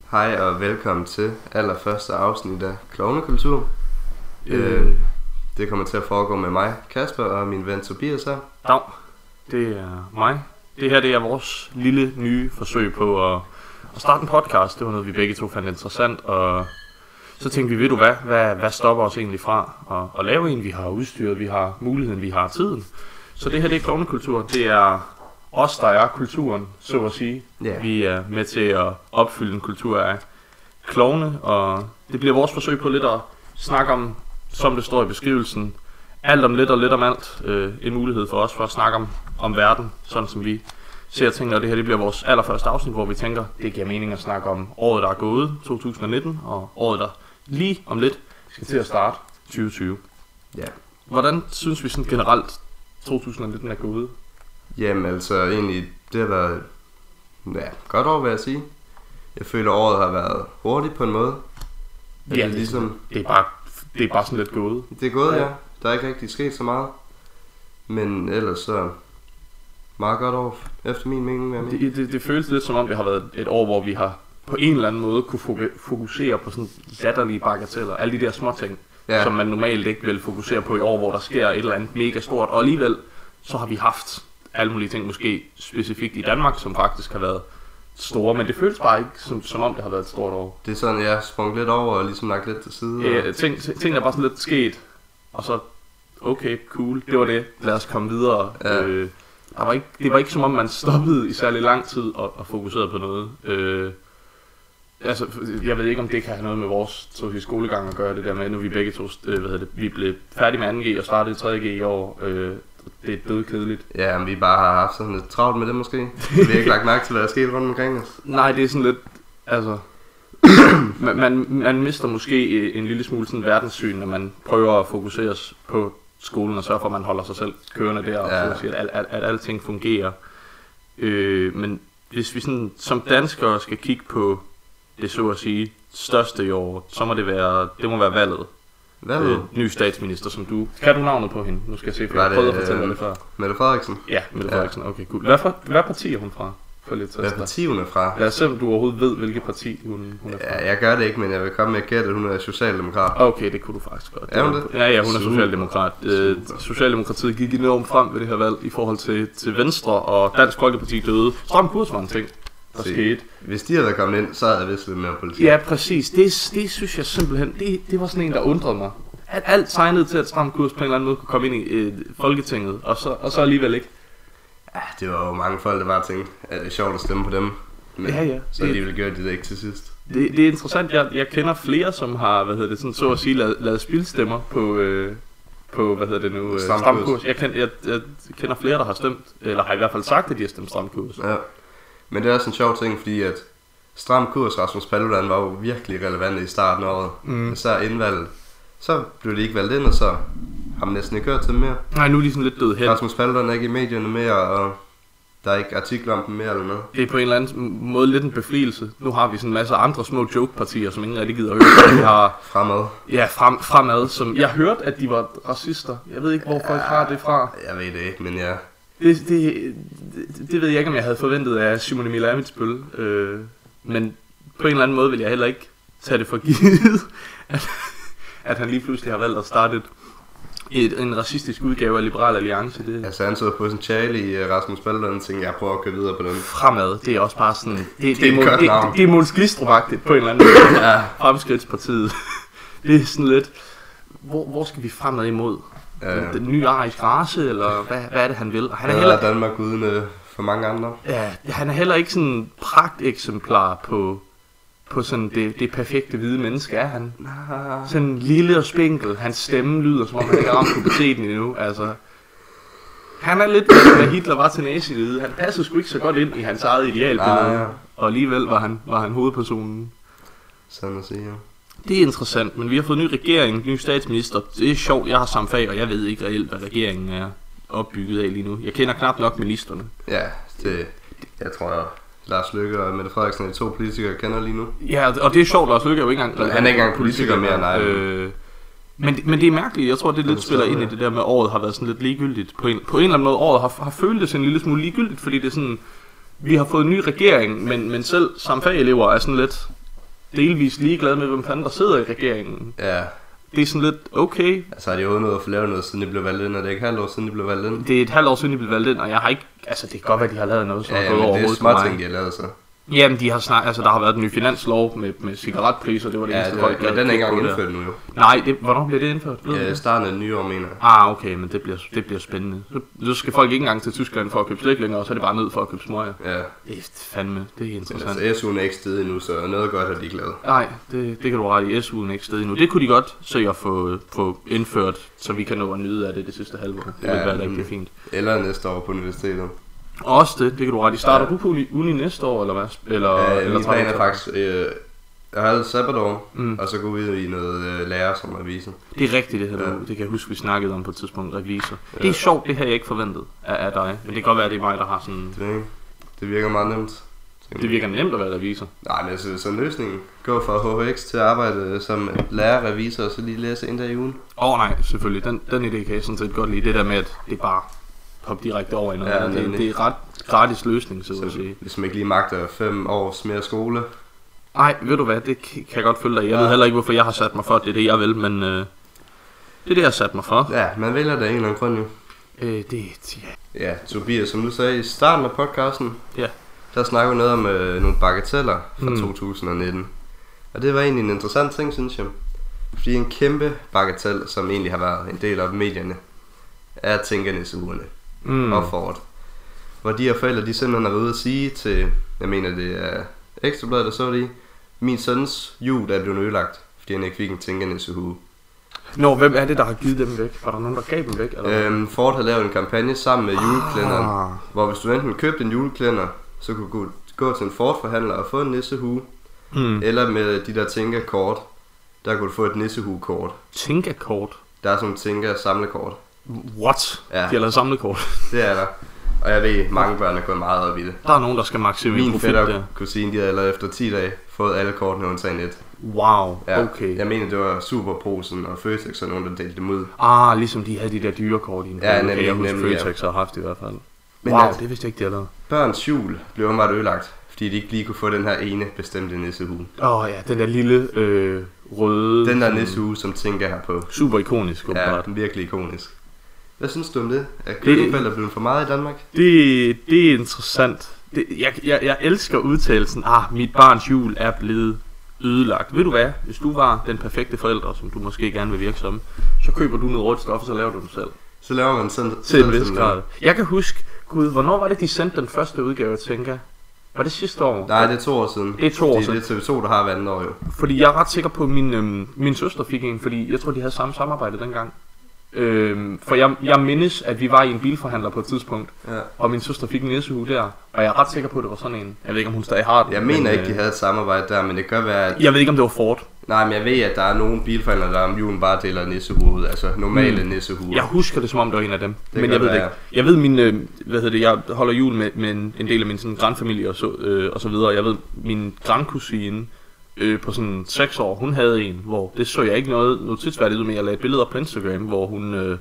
Hej og velkommen til allerførste afsnit af Klovnekultur. Det kommer til at foregå med mig, Kasper, og min ven Tobias her. Dag, det er mig. Det her det er vores lille nye forsøg på at starte en podcast. Det var noget, vi begge to fandt interessant, og så tænkte vi, ved du hvad stopper os egentlig fra at lave en? Vi har udstyret, vi har muligheden, vi har tiden. Så det her det er Klovnekultur. Det er os, der er kulturen, så at sige. Yeah. Vi er med til at opfylde en kultur af klovne, og det bliver vores forsøg på lidt at snakke om, som det står i beskrivelsen, alt om lidt og lidt om alt. En mulighed for os for at snakke om verden, sådan som vi ser ting, og det her det bliver vores allerførste afsnit, hvor vi tænker, det giver mening at snakke om året, der er gået, 2019, og året, der lige om lidt skal til at starte, 2020. Ja. Hvordan synes vi sådan generelt, 2019 er gået? Jamen altså egentlig, det har været godt år, vil jeg sige. Jeg føler, året har været hurtigt på en måde. Ja, det, ligesom, det er bare sådan lidt gået. Det er gået, ja. Der er ikke rigtig sket så meget. Men ellers så meget godt år, efter min mening. Det føles lidt som om, det har været et år, hvor vi har på en eller anden måde kunne fokusere på sådan latterlige bagateller. Alle de der små ting, som man normalt ikke vil fokusere på i år, hvor der sker et eller andet mega stort. Og alligevel, så har vi haft alle mulige ting, måske specifikt i Danmark, som faktisk har været store. Men det føles bare ikke som om, det har været et stort år. Det er sådan, jeg sprang lidt over og ligesom lagt lidt til side. Ja, ting er bare sådan lidt sket. Og så, okay, cool, det var det. Lad os komme videre. Ja. Det var ikke som om, man stoppede i særlig lang tid og fokuserede på noget. Altså, jeg ved ikke, om det kan have noget med vores skolegang at gøre, det der med, nu vi begge to, vi blev færdige med 2G og startede 3G i år. Det er dødkedeligt. Ja, men vi bare har haft sådan lidt travlt med det måske. Vi har ikke lagt mærke til, hvad der er sket rundt omkring os. Nej, det er sådan lidt, altså, man mister måske en lille smule sådan verdenssyn, når man prøver at fokusere på skolen og sørge for, at man holder sig selv kørende der, og så siger, at alting fungerer. Men hvis vi sådan, som danskere skal kigge på det, så at sige, største i år, så må det må være valget. Ny statsminister, som du... Kan du navnet på hende? Nu skal jeg se, for jeg prøvede at fortælle dig det før. Mette Frederiksen? Ja, Mette Frederiksen, okay, cool. Hvad parti er hun fra? Hvad parti hun er fra? Lad os se, om du overhovedet ved, hvilket parti hun er fra. Ja, jeg gør det ikke, men jeg vil komme med at gætte, at hun er socialdemokrat. Okay, det kunne du faktisk godt. Er hun det? Ja, hun er socialdemokrat. Socialdemokratiet gik enormt frem ved det her valg i forhold til Venstre, og Dansk Folkeparti døde. Stram kurs var en ting, der skete. Hvis de havde kommet ind, så havde jeg vist lidt mere politik. Ja, præcis. Det synes jeg simpelthen, det var sådan en, der undrede mig. At alt tegnede til, at Stram kurs på en eller anden måde kunne komme ind i Folketinget, og så alligevel ikke. Ja, det var jo mange folk, der bare tænkte, at det er sjovt at stemme på dem. Men så alligevel gjorde de det ikke til sidst. Det er interessant. Jeg kender flere, som har, sådan så at sige, lavet spilstemmer på Stram kurs. Jeg kender flere, der har stemt, eller har i hvert fald sagt, at de har stemt Stram kurs. Ja. Men det er også en sjov ting, fordi at Stram kurs, Rasmus Paludan, var jo virkelig relevant i starten af året. Så indvalget, så blev de ikke valgt ind, og så har man næsten ikke hørt til dem mere. Nej, nu er de sådan lidt døde hen. Rasmus Paludan er ikke i medierne mere, og der er ikke artikler om dem mere eller noget. Det er på en eller anden måde lidt en befrielse. Nu har vi sådan en masse andre små joke-partier, som ingen rigtig gider at høre. Vi har Fremad. Ja, Fremad, som jeg hørte, at de var racister. Jeg ved ikke, hvor folk har det fra. Jeg ved det ikke, men ja. Det ved jeg ikke, om jeg havde forventet af Simon Emil Amitsbøll. Men på en eller anden måde vil jeg heller ikke tage det for givet, at han lige pludselig har valgt at starte en racistisk udgave af Liberal Alliance. Altså han så på sådan Charlie i Rasmus Paludan og tænkte, jeg prøver at køre videre på den. Fremad, det er også bare sådan, det er Måns Glistrup-agtigt på en eller anden måde. Ja, Fremskridtspartiet. Det er sådan lidt, hvor skal vi fremad imod? Den nye ariske race, eller hvad er det, han vil? Og han er heller Danmark uden for mange andre. Ja, han er heller ikke sådan en pragteksemplar på sådan det perfekte hvide menneske, er han. Sådan lille og spinkel. Hans stemme lyder, som om han ikke har ramt puberteten endnu. Altså, han er lidt, hvad Hitler var til nazistiden. Han passede sgu ikke så godt ind i hans eget idealbillede. Og alligevel var han hovedpersonen. Sådan at sige, ja. Det er interessant, men vi har fået ny regering, ny statsminister. Det er sjovt, jeg har samme fag, og jeg ved ikke reelt, hvad regeringen er opbygget af lige nu. Jeg kender knap nok ministerne. Ja, jeg tror, Lars Løkke og Mette Frederiksen er de to politikere, jeg kender lige nu. Ja, og det er sjovt, Lars Løkke er jo ikke engang... Han er ikke engang politiker mere, nej. Men det er mærkeligt, jeg tror, det lidt spiller ind i det der med, året har været sådan lidt ligegyldigt. På en eller anden måde, året har føltes en lille smule ligegyldigt, fordi det er sådan... Vi har fået en ny regering, men selv samfagelever er sådan lidt... delvist ligeglade med, hvem fanden der sidder i regeringen. Ja. Det er sådan lidt, okay. Altså har de jo nået at få lavet noget, siden de blev valgt ind, og det er ikke halvt år siden, de blev valgt ind? Det er et halvt år siden, de blev valgt ind, og jeg har ikke... Altså, det kan godt være, de har lavet noget, som ja, har gået over hovedet på mig. Ja, men det er små ting, de har lavet så. Jamen, de har altså, der har været en ny finanslov med cigaretpriser, det var det eneste folk, men den er ikke engang indført nu jo. Nej, hvornår bliver det indført? Ja, starten af det nye år, mener jeg. Okay, men det bliver spændende. Så skal folk ikke engang til Tyskland for at købe slik længere, og så er det bare ned for at købe smøger. Ja. Fandme, det er interessant. Altså, SU'en er ikke stedet endnu, så noget godt har de ikke lavet. Nej, det kan du ret i. SU'en er ikke stedet endnu. Det kunne de godt se at få indført, så vi kan nå at nyde af det sidste halvår. Det vil være rigtig fint. Eller næste år på universitetet. Også det kan du ret i. Starter du på uni næste år, eller hvad? Eller min plan er faktisk, jeg har sabbatår, og så gå ud i noget lærer som revisor. Det er rigtigt, det her. Det kan jeg huske, vi snakkede om på et tidspunkt, revisor. Ja. Det er sjovt, det har jeg ikke forventet af dig. Men det kan godt være, at det er mig, der har sådan... Det virker meget nemt. Det virker nemt at være revisor. Nej, men altså, så løsningen. Gå fra HHX til at arbejde som lærer, revisor, og så lige læse en dag i ugen. Nej, selvfølgelig. Den idé kan jeg sådan set godt lide. Det der med, at det bare hoppe direkte over i noget. Ja, det er ret gratis løsning, så at sige. Hvis man ikke lige magter 5 års mere skole. Nej, ved du hvad, det kan jeg godt følge dig. Jeg ved heller ikke, hvorfor jeg har sat mig for, det er det, jeg vil, men det er det, jeg har sat mig for. Ja, man vælger det af en eller anden grund jo. Ja, Tobias, som du sagde i starten af podcasten, der snakker vi noget om nogle bagateller fra 2019. Og det var egentlig en interessant ting, synes jeg. Fordi en kæmpe bagatel, som egentlig har været en del af medierne, er tænkernisseugerne og Ford. Hvor de her forældre, de simpelthen har været ude at sige til, jeg mener det er Ekstrabladet, der så det, min søns jul er blevet ødelagt, fordi han ikke fik en tænkernissehue. Hvem er det, der har givet dem væk? Var der nogen, der gav dem væk? Eller? Ford har lavet en kampagne sammen med juleklænderen, hvor hvis du enten købte en juleklænder, så kunne du gå til en Ford-forhandler og få en nissehue, eller med de der Tinka-kort, der kunne du få et nissehue-kort. Tinka-kort? Der er sådan en Tinka-samlekort. What? Ja. De har lavet samlekort? Det er der. Og jeg ved, mange børn er gået meget op i det. Der er nogen, der skal maksimere profit der. Min fætter kusine, de havde allerede efter 10 dage fået alle kortene undtagen et. Wow, ja. Okay. Jeg mener, det var Superbrusen og Føtex og nogen, der delte dem ud. Ligesom de havde de der dyrekort i en ja, nemlig, jeg husker, Føtex har haft i hvert fald. Men wow, det vidste jeg ikke, de har lavet. Børns jul blev meget ødelagt, fordi de ikke lige kunne få den her ene bestemte nissehue. Ja, den der lille røde... Den der nissehue, som tænker her på. Super ikonisk, åbenbart. Ja, den virkelig ikonisk. Hvad synes du om det? Er købefælder blevet for meget i Danmark? Det er interessant. Jeg elsker udtalelsen, mit barns jul er blevet ødelagt. Ved du hvad? Hvis du var den perfekte forælder, som du måske gerne vil virke som, så køber du noget rødt stof, og så laver du den selv. Så laver man sådan til en vis grad. Jeg kan huske, hvornår var det, de sendte den første udgave, jeg tænker? Var det sidste år? Nej, det er 2 år siden. Det er 2 år siden. Det er TV2, der har hver anden år jo. Fordi jeg er ret sikker på, at min søster fik en, fordi jeg tror, de havde samme samarbejde dengang. For jeg mindes, at vi var i en bilforhandler på et tidspunkt, og min søster fik en nissehue der, og jeg er ret sikker på, at det var sådan en. Jeg ved ikke, om hun stadig har den. Jeg mener ikke, de havde et samarbejde der, men det kan være, at... Jeg ved ikke, om det var Ford. Nej, men jeg ved, at der er nogle bilforhandlere, der om julen bare deler nissehue ud, altså normale nissehuer. Jeg husker det, som om det var en af dem, men jeg ved det ikke. Jeg ved min, jeg holder jul med en del af min sådan grandfamilie og så videre. Jeg ved, min grandkusine på sådan 6 år, hun havde en, hvor det så jeg ikke noget notitsværdigt ud med. Jeg lagde billeder på Instagram, hvor hun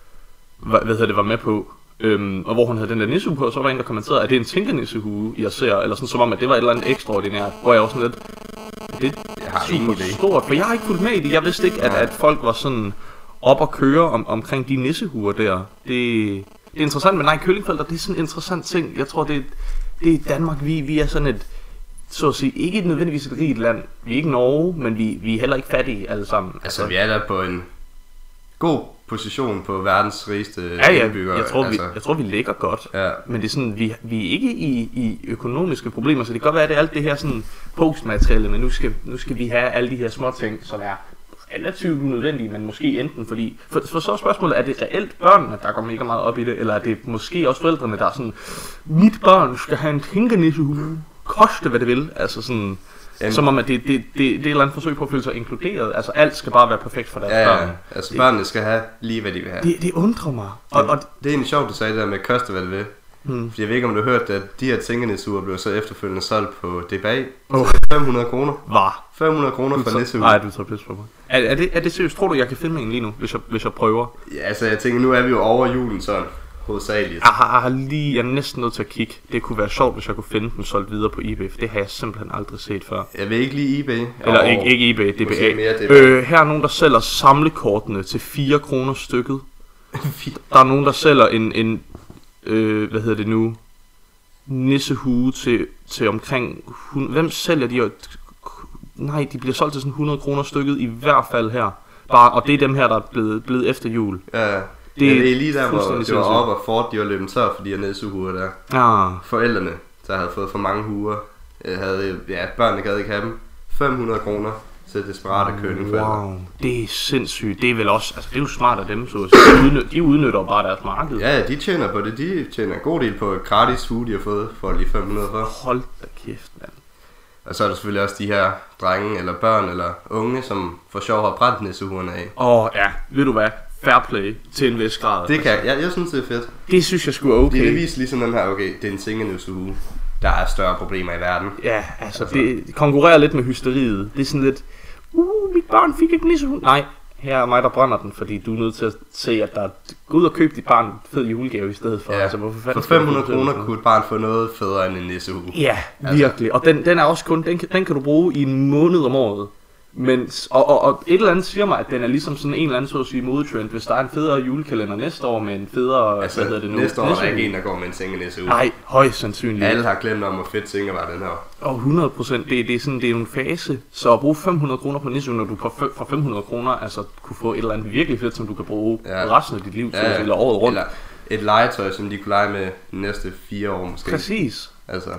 var med på, og hvor hun havde den der nissehue på, og så var en, der kommenterede, at det er en tænkernissehue, jeg ser, eller sådan som om, at det var et eller andet ekstraordinært, hvor jeg var sådan lidt, det er super stort, for jeg har ikke fulgt med i det. Jeg vidste ikke, at folk var sådan op og køre omkring de nissehuer der. Det er interessant, men nej, køllingfelter, det er sådan en interessant ting. Jeg tror, det er Danmark, vi er sådan et, så at sige, ikke nødvendigvis et rigt land. Vi er ikke Norge, men vi er heller ikke fattige alle sammen. Altså, vi er der på en god position på verdens rigeste indbyggere. Jeg tror, vi ligger godt. Ja. Men det er sådan, vi er ikke i økonomiske problemer, så det kan godt være, at det er alt det her sådan postmateriale, men nu skal vi have alle de her små ting, som er relativt unødvendige, men måske enten fordi... For så er spørgsmålet, er det reelt børnene, der går mega meget op i det, eller er det måske også forældrene, der er sådan, mit barn skal have en tænkernissehue, koste hvad det vil, altså sådan... Som om, at det er et eller andet forsøg på at føle sig inkluderet. Altså alt skal bare være perfekt for deres børn. Ja, altså børnene skal have lige, hvad de vil have. Det undrer mig. Og det er egentlig sjovt, du sagde det der med koste, hvad det vil. Fordi jeg ved ikke, om du har hørt, at de her tænkernissehuer blev så efterfølgende solgt på DBA. 500 kroner. Hvad? 500 kroner for nissehue. Nej, du tager pis på mig. Er det seriøst? Tror du, jeg kan filme en lige nu, hvis jeg prøver? Ja, altså jeg tænker, nu er vi jo over julen sådan. hovedsageligt. Jeg er næsten nødt til at kigge. Det kunne være sjovt, hvis jeg kunne finde dem solgt videre på eBay, for det har jeg simpelthen aldrig set før. Jeg vil ikke lige eBay. Eller ikke eBay, DBA. Her er nogen, der sælger samlekortene til 4 kroner stykket. Der er nogen, der sælger en hvad hedder det nu, nissehue til omkring... Hvem sælger de? Nej, de bliver solgt til sådan 100 kroner stykket i hvert fald her. Og det er dem her, der er blevet efter jul. Ja. Det er lige der, hvor det var op, og Ford, de var løbet tør for de her nissehuer der. Forældrene, der havde fået for mange huer, børnene gad ikke have dem. 500 kroner til desperate curlingforældre. Wow, det er sindssygt. Det er vel også, altså det er jo smart af dem, så de udnytter bare deres marked. Ja, de tjener på det. De tjener en god del på et gratis hue, de har fået for lige 500 for. Hold da kæft, mand. Og så er der selvfølgelig også de her drenge, eller børn, eller unge, som for sjov har brændt nissehuerne af. Ja, ved du hvad? Fair play til en vis grad. Det kan jeg synes, det er fedt. Det synes jeg sgu er okay. Det viser ligesom den her, okay, det er en singenissehue. Der er større problemer i verden. Ja, altså det konkurrerer lidt med hysteriet. Det er sådan lidt, mit barn fik ikke nissehue. Nej, her er mig, der brænder den, fordi du er nødt til at se, at der gå ud og købe dit barn en fed julegave i stedet for. Ja, altså, for 500 kroner kunne et barn få noget federe end en nissehue. Ja, virkelig. Og den er også kun, den kan du bruge i en måned om året. Men, og et eller andet siger mig, at den er ligesom sådan en eller anden, så at sige, modetrend. Hvis der er en federe julekalender næste år med en federe, altså, hvad hedder det nu? Næste år er der ikke en, der går med en sengenisse ud. Nej, højst sandsynligt. Alle har glemt om, hvor fedt sengen var den her. Og 100%, det er sådan, det er en fase. Så at bruge 500 kroner på nisse, når du for 500 kroner altså kunne få et eller andet virkelig fedt, som du kan bruge resten af dit liv, eller året rundt. Eller et legetøj, som de kunne lege med de næste 4 år måske. Præcis. Altså.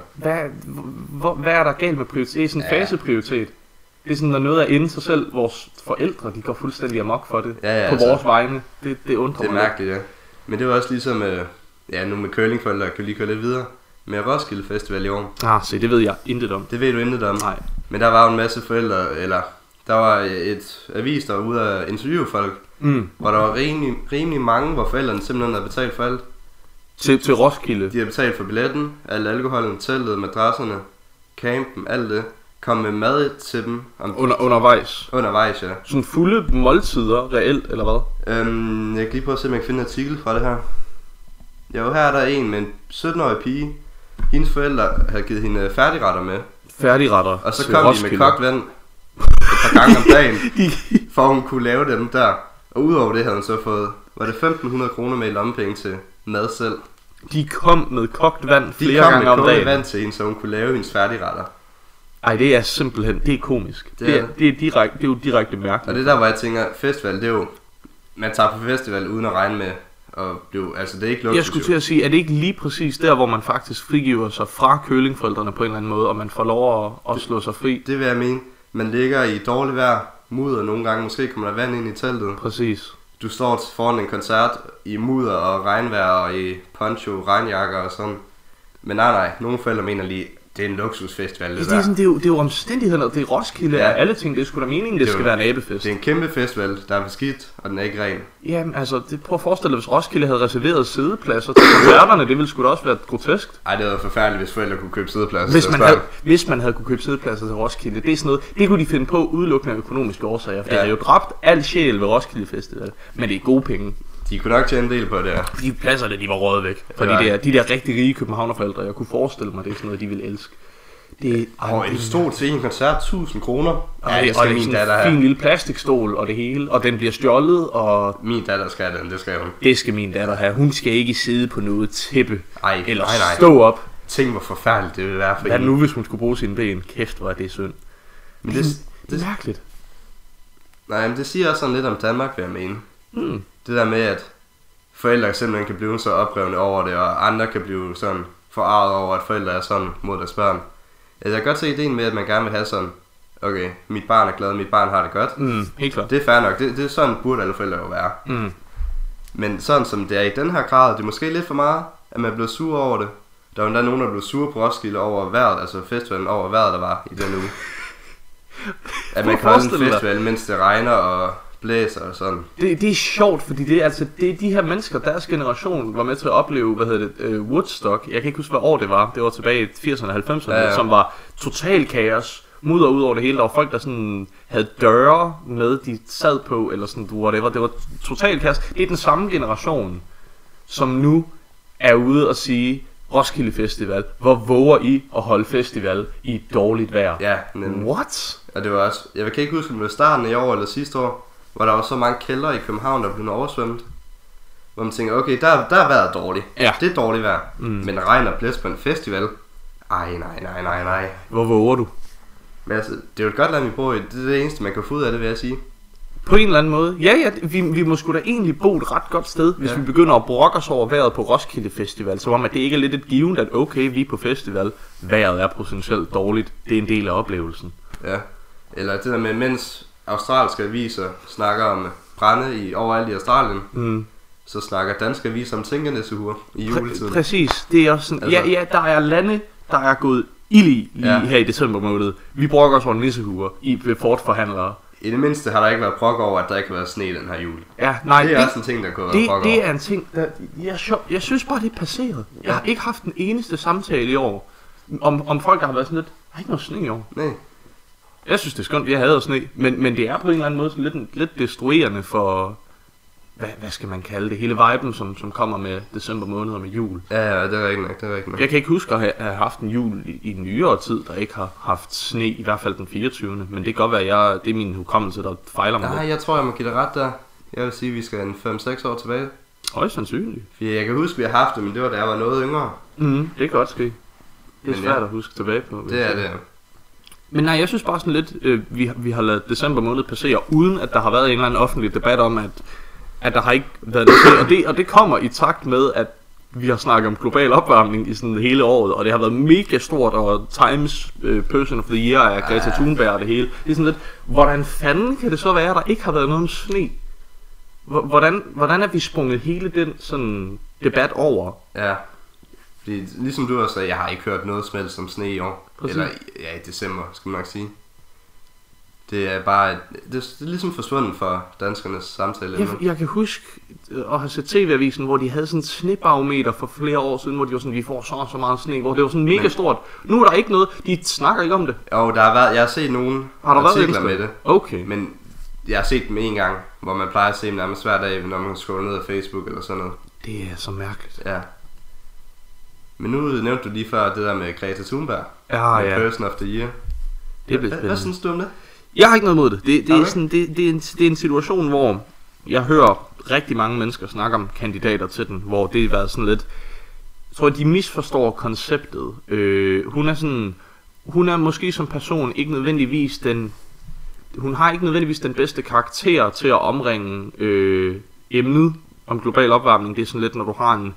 Hvad er der galt med prioritet? Det er sådan en faseprioritet. Det er sådan, når noget er inde sig selv, vores forældre, de går fuldstændig amok for det, på vores vegne. Det undrer mig. Det er mærkeligt, ja. Men det var også ligesom, nu med curlingforældre, jeg kan lige køre lidt videre, med Roskilde Festival i år. Se, det ved jeg intet om. Det ved du intet om? Nej. Men der var jo en masse forældre, eller der var et avis, der var ude at interviewe folk, hvor der var rimelig mange, hvor forældrene simpelthen havde betalt for alt. Til Roskilde? De havde betalt for billetten, al alkoholen, teltet, madrasserne, campen, alt det. Kom med mad til dem. Undervejs? Undervejs, ja. Sådan fulde måltider, reelt, eller hvad? Jeg kan lige prøve at se, om jeg kan finde en artikel fra det her. Jo, her er der en med en 17-årig pige. Hendes forældre havde givet hende færdigretter med. Færdigretter? Og så kom de med kogt vand et par gange om dagen, for hun kunne lave dem der. Og udover det havde hun så fået, var det 1.500 kroner med i lommepenge til mad selv. De kom med kogt vand flere gange om dagen? De kom med kogt vand til hende, så hun kunne lave hendes færdigretter. Ej, det er simpelthen, det er komisk. Det er jo direkte mærkeligt. Og det der, hvor jeg tænker, festival, det er jo, man tager på festival uden at regne med, og altså det er ikke luksus. Jeg skulle til at sige, er det ikke lige præcis der, hvor man faktisk frigiver sig fra curlingforældrene på en eller anden måde, og man får lov at slå sig fri? Det vil jeg mene. Man ligger i dårligt vejr, mudder nogle gange, måske kommer der vand ind i teltet. Præcis. Du står foran en koncert i mudder og regnvejr og i poncho, regnjakker og sådan. Men nej, nogle forældre mener lige, det er en luksusfestival, det der. Det er jo omstændigheder, det er Roskilde, og alle ting, det er sgu da meningen, det skal være en abefest. Det er en kæmpe festival, der er beskidt, og den er ikke ren. Jamen altså, prøv at forestille dig, hvis Roskilde havde reserveret sædepladser til koncerterne, det ville sgu da også være groteskt. Ej, det havde været forfærdeligt, hvis forældre kunne købe sædepladser. Hvis man havde kunne købe sædepladser til Roskilde, det er sådan noget, det kunne de finde på udelukkende af økonomiske årsager, for det har jo dræbt al sjæl ved Roskilde Festival, men det er gode penge. De kunne nok tjene en del på det her. De pladser, de var røget væk. Fordi de der rigtig rige københavnerforældre, jeg kunne forestille mig, det er sådan noget, de ville elske. En stol til en koncert, 1.000 kroner. Ja, det skal min datter have. En fin lille plastikstol og det hele, og den bliver stjålet, og... Min datter skal den, det skal hun. Det skal min datter have. Hun skal ikke sidde på noget tæppe, eller stå op. Tænk, hvor forfærdeligt det ville være for hende. Hvad nu, hvis hun skulle bruge sine ben? Kæft, hvor er det synd. Men det er mærkeligt. Nej, men det siger også sådan lidt om Danmark, vil jeg mene. Det der med, at forældre simpelthen kan blive så oprevne over det, og andre kan blive sådan forarvet over, at forældre er sådan mod deres børn. Jeg kan godt se ideen med, at man gerne vil have sådan, okay, mit barn er glad, mit barn har det godt. Helt klart. Det er fair nok, det er sådan burde alle forældre jo være. Men sådan som det er i den her grad, det er måske lidt for meget, at man bliver sur over det. Der var endda nogen, der blev sur på Roskilde over vejret, altså festivalen over vejret, der var i den uge. At man kan holde en festival, mens det regner og blæser og sådan. Det er sjovt, fordi det er de her mennesker, deres generation var med til at opleve, Woodstock. Jeg kan ikke huske, hvad år det var. Det var tilbage i 80'erne og 90'erne, som var total kaos. Mudder ud over det hele. Der var folk, der sådan havde døre med, de sad på, eller sådan whatever. Det var total kaos. Det er den samme generation, som nu er ude og sige, Roskilde Festival, hvor våger I at holde festival i et dårligt vejr? Ja, men... What? Og det var også... Jeg kan ikke huske, om det var starten i år eller sidste år, hvor der var så mange kældre i København, der blev oversvømmet. Hvor man tænker, okay, der er vejret dårligt. Ja. Det er dårligt vejr. Men regn og blæst på en festival? Ej, nej. Hvor våger du? Men altså, det er jo et godt land, vi bor i. Det er det eneste, man kan få ud af det, vil jeg sige. På en eller anden måde. Ja, vi må sgu da egentlig bo et ret godt sted, hvis vi begynder at brokke os over vejret på Roskilde Festival. Så om at det ikke er lidt et givet, at okay, vi er på festival. Vejret er potentielt dårligt. Det er en del af oplevelsen. Ja. Eller det der med, mens australske aviser snakker om brande overalt i Australien, så snakker danske aviser om tænkernissehuer i juletiden. Præcis. Det er også sådan, altså, der er lande, der er gået ild i lige her i december måned. Vi brokker os over nissehuer ved Ford-forhandlere. I det mindste har der ikke været brok over, at der ikke har været sne den her jul. Ja, nej, det er også en ting, der kunne være brok over. Det er en ting, der... Jeg synes bare, det er passeret. Jeg har ikke haft den eneste samtale i år om folk, der har været sådan lidt... Der er ikke noget sne i år. Nej. Jeg synes, det er skønt, vi havde sne. Men det er på en eller anden måde sådan lidt destruerende for... Hvad skal man kalde det? Hele viben, som kommer med december måned og med jul. Ja, det er rigtigt nok. Jeg kan ikke huske at have haft en jul i nyere tid, der ikke har haft sne, i hvert fald den 24. Men det kan godt være, det er min hukommelse, der fejler mig. Nej, jeg tror, jeg må give dig ret der. Jeg vil sige, at vi skal en 5-6 år tilbage. Højst sandsynligt. For jeg kan huske, at vi har haft det, men det var da jeg var noget yngre. Det kan godt ske. Det er svært at huske tilbage på. Det er det, ja. Men nej, jeg synes bare sådan lidt, vi har ladet december måned passere, uden at der har været en eller anden offentlig debat om, at der har ikke været noget, og det kommer i takt med, at vi har snakket om global opvarmning i sådan hele året, og det har været mega stort, og Times Person of the Year er Greta Thunberg og det hele. Det er sådan lidt, hvordan fanden kan det så være, at der ikke har været noget om sne? Hvordan er vi sprunget hele den sådan debat over? Ja, fordi ligesom du også sagde, jeg har ikke hørt noget som helst om sne i år. Præcis. Eller i december, skal man nok sige. Det er bare, det er ligesom forsvundet for danskernes samtale. Jeg kan huske at have set TV-avisen, hvor de havde sådan et snebarometer for flere år siden, hvor de var sådan, vi får så meget sne, hvor det var sådan mega stort. Nu er der ikke noget, de snakker ikke om det. Jo, jeg har set nogle artikler med det. Okay. Men jeg har set dem en gang, hvor man plejer at se dem nærmest hver dag, når man scroller ned af Facebook eller sådan noget. Det er så mærkeligt. Ja. Men nu nævnte du lige før det der med Greta Thunberg. Ja. Person of the Year. Det bliver spændende. Hvad synes du om det? Jeg har ikke noget mod det. Det er sådan, det er en situation, hvor jeg hører rigtig mange mennesker snakke om kandidater til den, hvor det har været sådan lidt... Jeg tror, de misforstår konceptet. Hun er måske som person ikke nødvendigvis den... Hun har ikke nødvendigvis den bedste karakter til at omringe emnet om global opvarmning. Det er sådan lidt, når du har en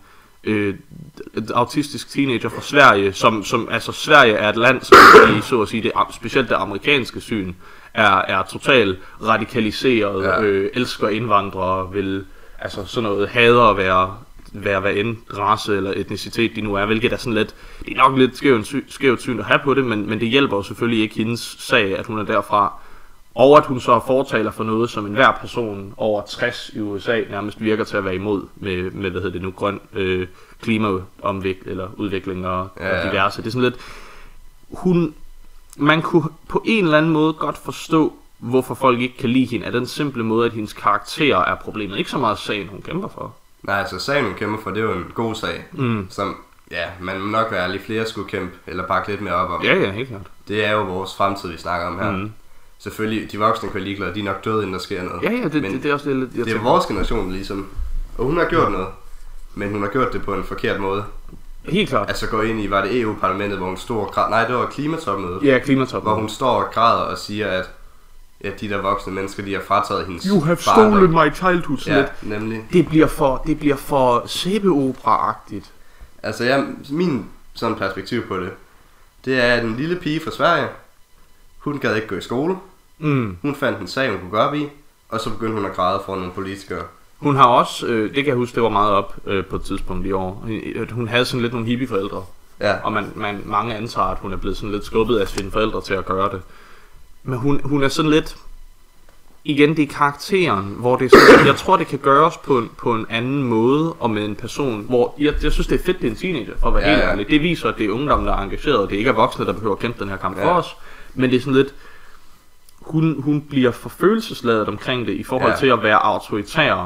autistisk teenager fra Sverige, som altså Sverige er et land, som så at sige, specielt det amerikanske syn, er totalt radikaliseret, elsker indvandrere, vil altså sådan noget, hader at være hvad end race eller etnicitet de nu er, hvilket er sådan lidt, det er nok lidt skævt syn at have på det, men det hjælper jo selvfølgelig ikke hendes sag, at hun er derfra. Og at hun så fortaler for noget, som enhver person over 60 i USA nærmest virker til at være imod med grøn klimaomvikling eller udvikling og diverse. Det er sådan lidt, man kunne på en eller anden måde godt forstå, hvorfor folk ikke kan lide hende, af den simple måde, at hendes karakter er problemet. Ikke så meget sagen, hun kæmper for. Nej, altså sagen, hun kæmper for, det er jo en god sag, som, man må nok være lidt flere skulle kæmpe, eller bakke lidt mere op om. Ja, helt klart. Det er jo vores fremtid, vi snakker om her. Selvfølgelig, de voksne kan være ligeglade, de er nok døde, inden der sker noget. Ja, det er også lidt... Det er vores generation ligesom, og hun har gjort noget, men hun har gjort det på en forkert måde. Helt klart. Altså gå ind i, var det EU-parlamentet, hvor hun stod og nej, det var klimatopmødet. Ja, klimatopmødet. Hvor hun står og græder og siger, at de der voksne mennesker, de har frataget hendes You have stolen my childhood, ja, nemlig. Det bliver for sæbeopera-agtigt. Altså, min sådan perspektiv på det er, at en lille pige fra Sverige, hun gad ikke gå i skole. Hun fandt en sag, hun kunne gøre i, og så begyndte hun at græde for nogle politikere. Hun har også, det kan jeg huske, det var meget op på et tidspunkt i år. Hun havde sådan lidt nogle hippieforældre. Ja. Og mange antager, at hun er blevet sådan lidt skubbet af sine forældre til at gøre det. Men hun er sådan lidt... Igen, det er karakteren, hvor det er sådan, jeg tror, det kan gøres på en anden måde, og med en person, hvor jeg synes, det er fedt, det er en teenager, for at være helt ærlig. Det viser, at det er ungdommen, der er engageret, og det ikke er voksne, der behøver at kæmpe den her kamp for os. Men det er sådan lidt, hun bliver for følelsesladet omkring det, i forhold til at være autoritær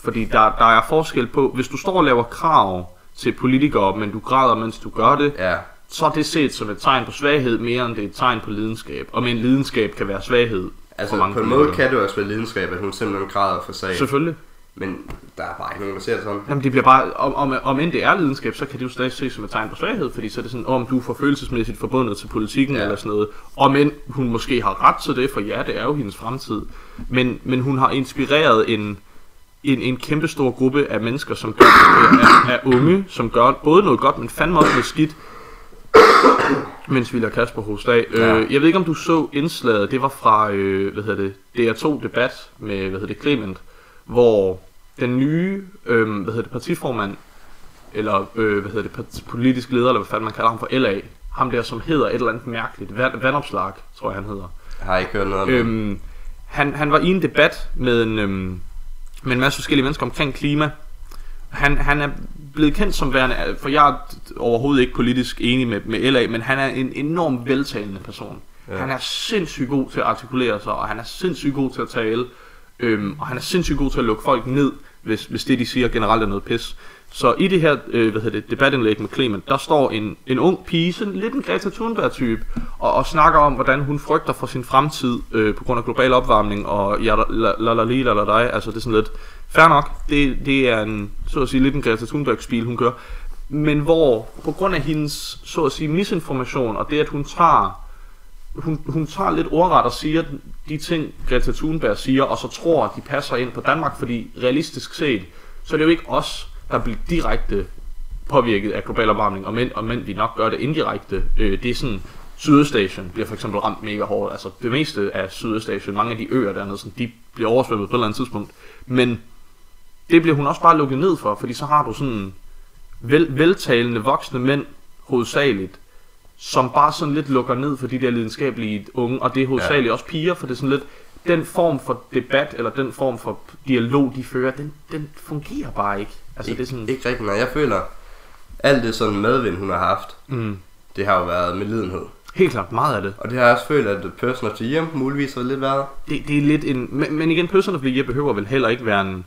Fordi der er forskel på, hvis du står og laver krav til politikere, men du græder, mens du gør det, så er det set som et tegn på svaghed, mere end det er et tegn på lidenskab. Og med en lidenskab kan være svaghed. Altså på en måde kan det også være lidenskab, at hun simpelthen græder for sagen. Selvfølgelig. Men der er bare ikke nogen, der ser det sådan. Jamen det bliver bare, om end det er lidenskab, så kan det jo stadig ses som et tegn på svaghed, fordi så er det sådan, om du er for følelsesmæssigt forbundet til politikken eller sådan noget. Om end hun måske har ret til det, for ja, det er jo hendes fremtid. Men hun har inspireret en kæmpe stor gruppe af mennesker, som er unge, som gør både noget godt, men fandme også noget skidt, mens vi lader Kasper hoste af. Jeg ved ikke, om du så indslaget, det var fra, DR2 Debat med, Clement, hvor den nye, partiformand, eller, politisk leder, eller hvad fanden man kalder ham for LA, ham der, som hedder et eller andet mærkeligt, Vandopslag, tror jeg, han hedder. Jeg har ikke hørt noget om det. Han var i en debat med en masse forskellige mennesker omkring klima. Han er blevet kendt som værende, for jeg er overhovedet ikke politisk enig med LA, men han er en enormt veltalende person. Ja. Han er sindssygt god til at artikulere sig, og han er sindssygt god til at tale, og han er sindssygt god til at lukke folk ned, hvis det de siger generelt er noget pis. Så i det her debatindlæg med Clement, der står en ung pige, sådan lidt en Greta Thunberg-type, og snakker om, hvordan hun frygter for sin fremtid på grund af global opvarmning, og altså det er sådan lidt fair nok. Det er en, så at sige, lidt en Greta Thunberg-spil, hun gør. Men hvor, på grund af hendes, så at sige, misinformation, og det, at hun tager lidt ordret og siger de ting, Greta Thunberg siger, og så tror, at de passer ind på Danmark, fordi realistisk set, så er det jo ikke os, der bliver direkte påvirket af global opvarmning, og men vi nok gør det indirekte. Det er sådan, Sydøstasien bliver for eksempel ramt mega hårdt. Altså det meste af Sydøstasien, mange af de øer dernede, sådan, de bliver oversvømmet på et eller andet tidspunkt. Men det bliver hun også bare lukket ned for, fordi så har du sådan veltalende voksne mænd, hovedsageligt, som bare sådan lidt lukker ned for de der lidenskabelige unge, og det er hovedsageligt også piger, for det er sådan lidt, den form for debat, eller den form for dialog, de fører, den fungerer bare ikke. Altså, det er sådan... Ikke rigtigt, når jeg føler, alt det sådan medvind, hun har haft, det har jo været med lidenhed. Helt klart, meget af det. Og det har jeg også følt, at Person of the Year muligvis har lidt været. Det er lidt en... Men igen, Person of the Year behøver vel heller ikke være en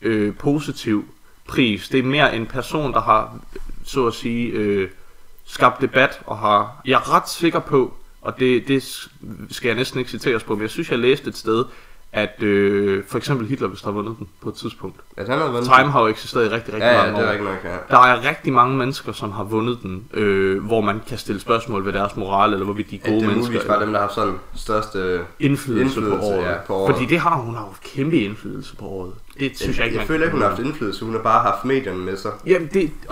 positiv pris. Det er mere en person, der har, så at sige, skabt debat, og har... Jeg er ret sikker på, og det skal jeg næsten ikke citeres på, men jeg synes, jeg læste et sted, at for eksempel Hitler vist har vundet den på et tidspunkt. At han har vundet Time har jo eksisteret i rigtig mange år. Det er ikke nok, Der er rigtig mange mennesker, som har vundet den, hvor man kan stille spørgsmål ved deres moral, eller hvorvidt de er gode mennesker. Det er muligvis bare dem, der har sådan største indflydelse på året. På året. Fordi det har hun har jo kæmpe indflydelse på året. Det synes jeg føler ikke, hun har haft indflydelse. Hun har bare haft medierne med sig. Jamen,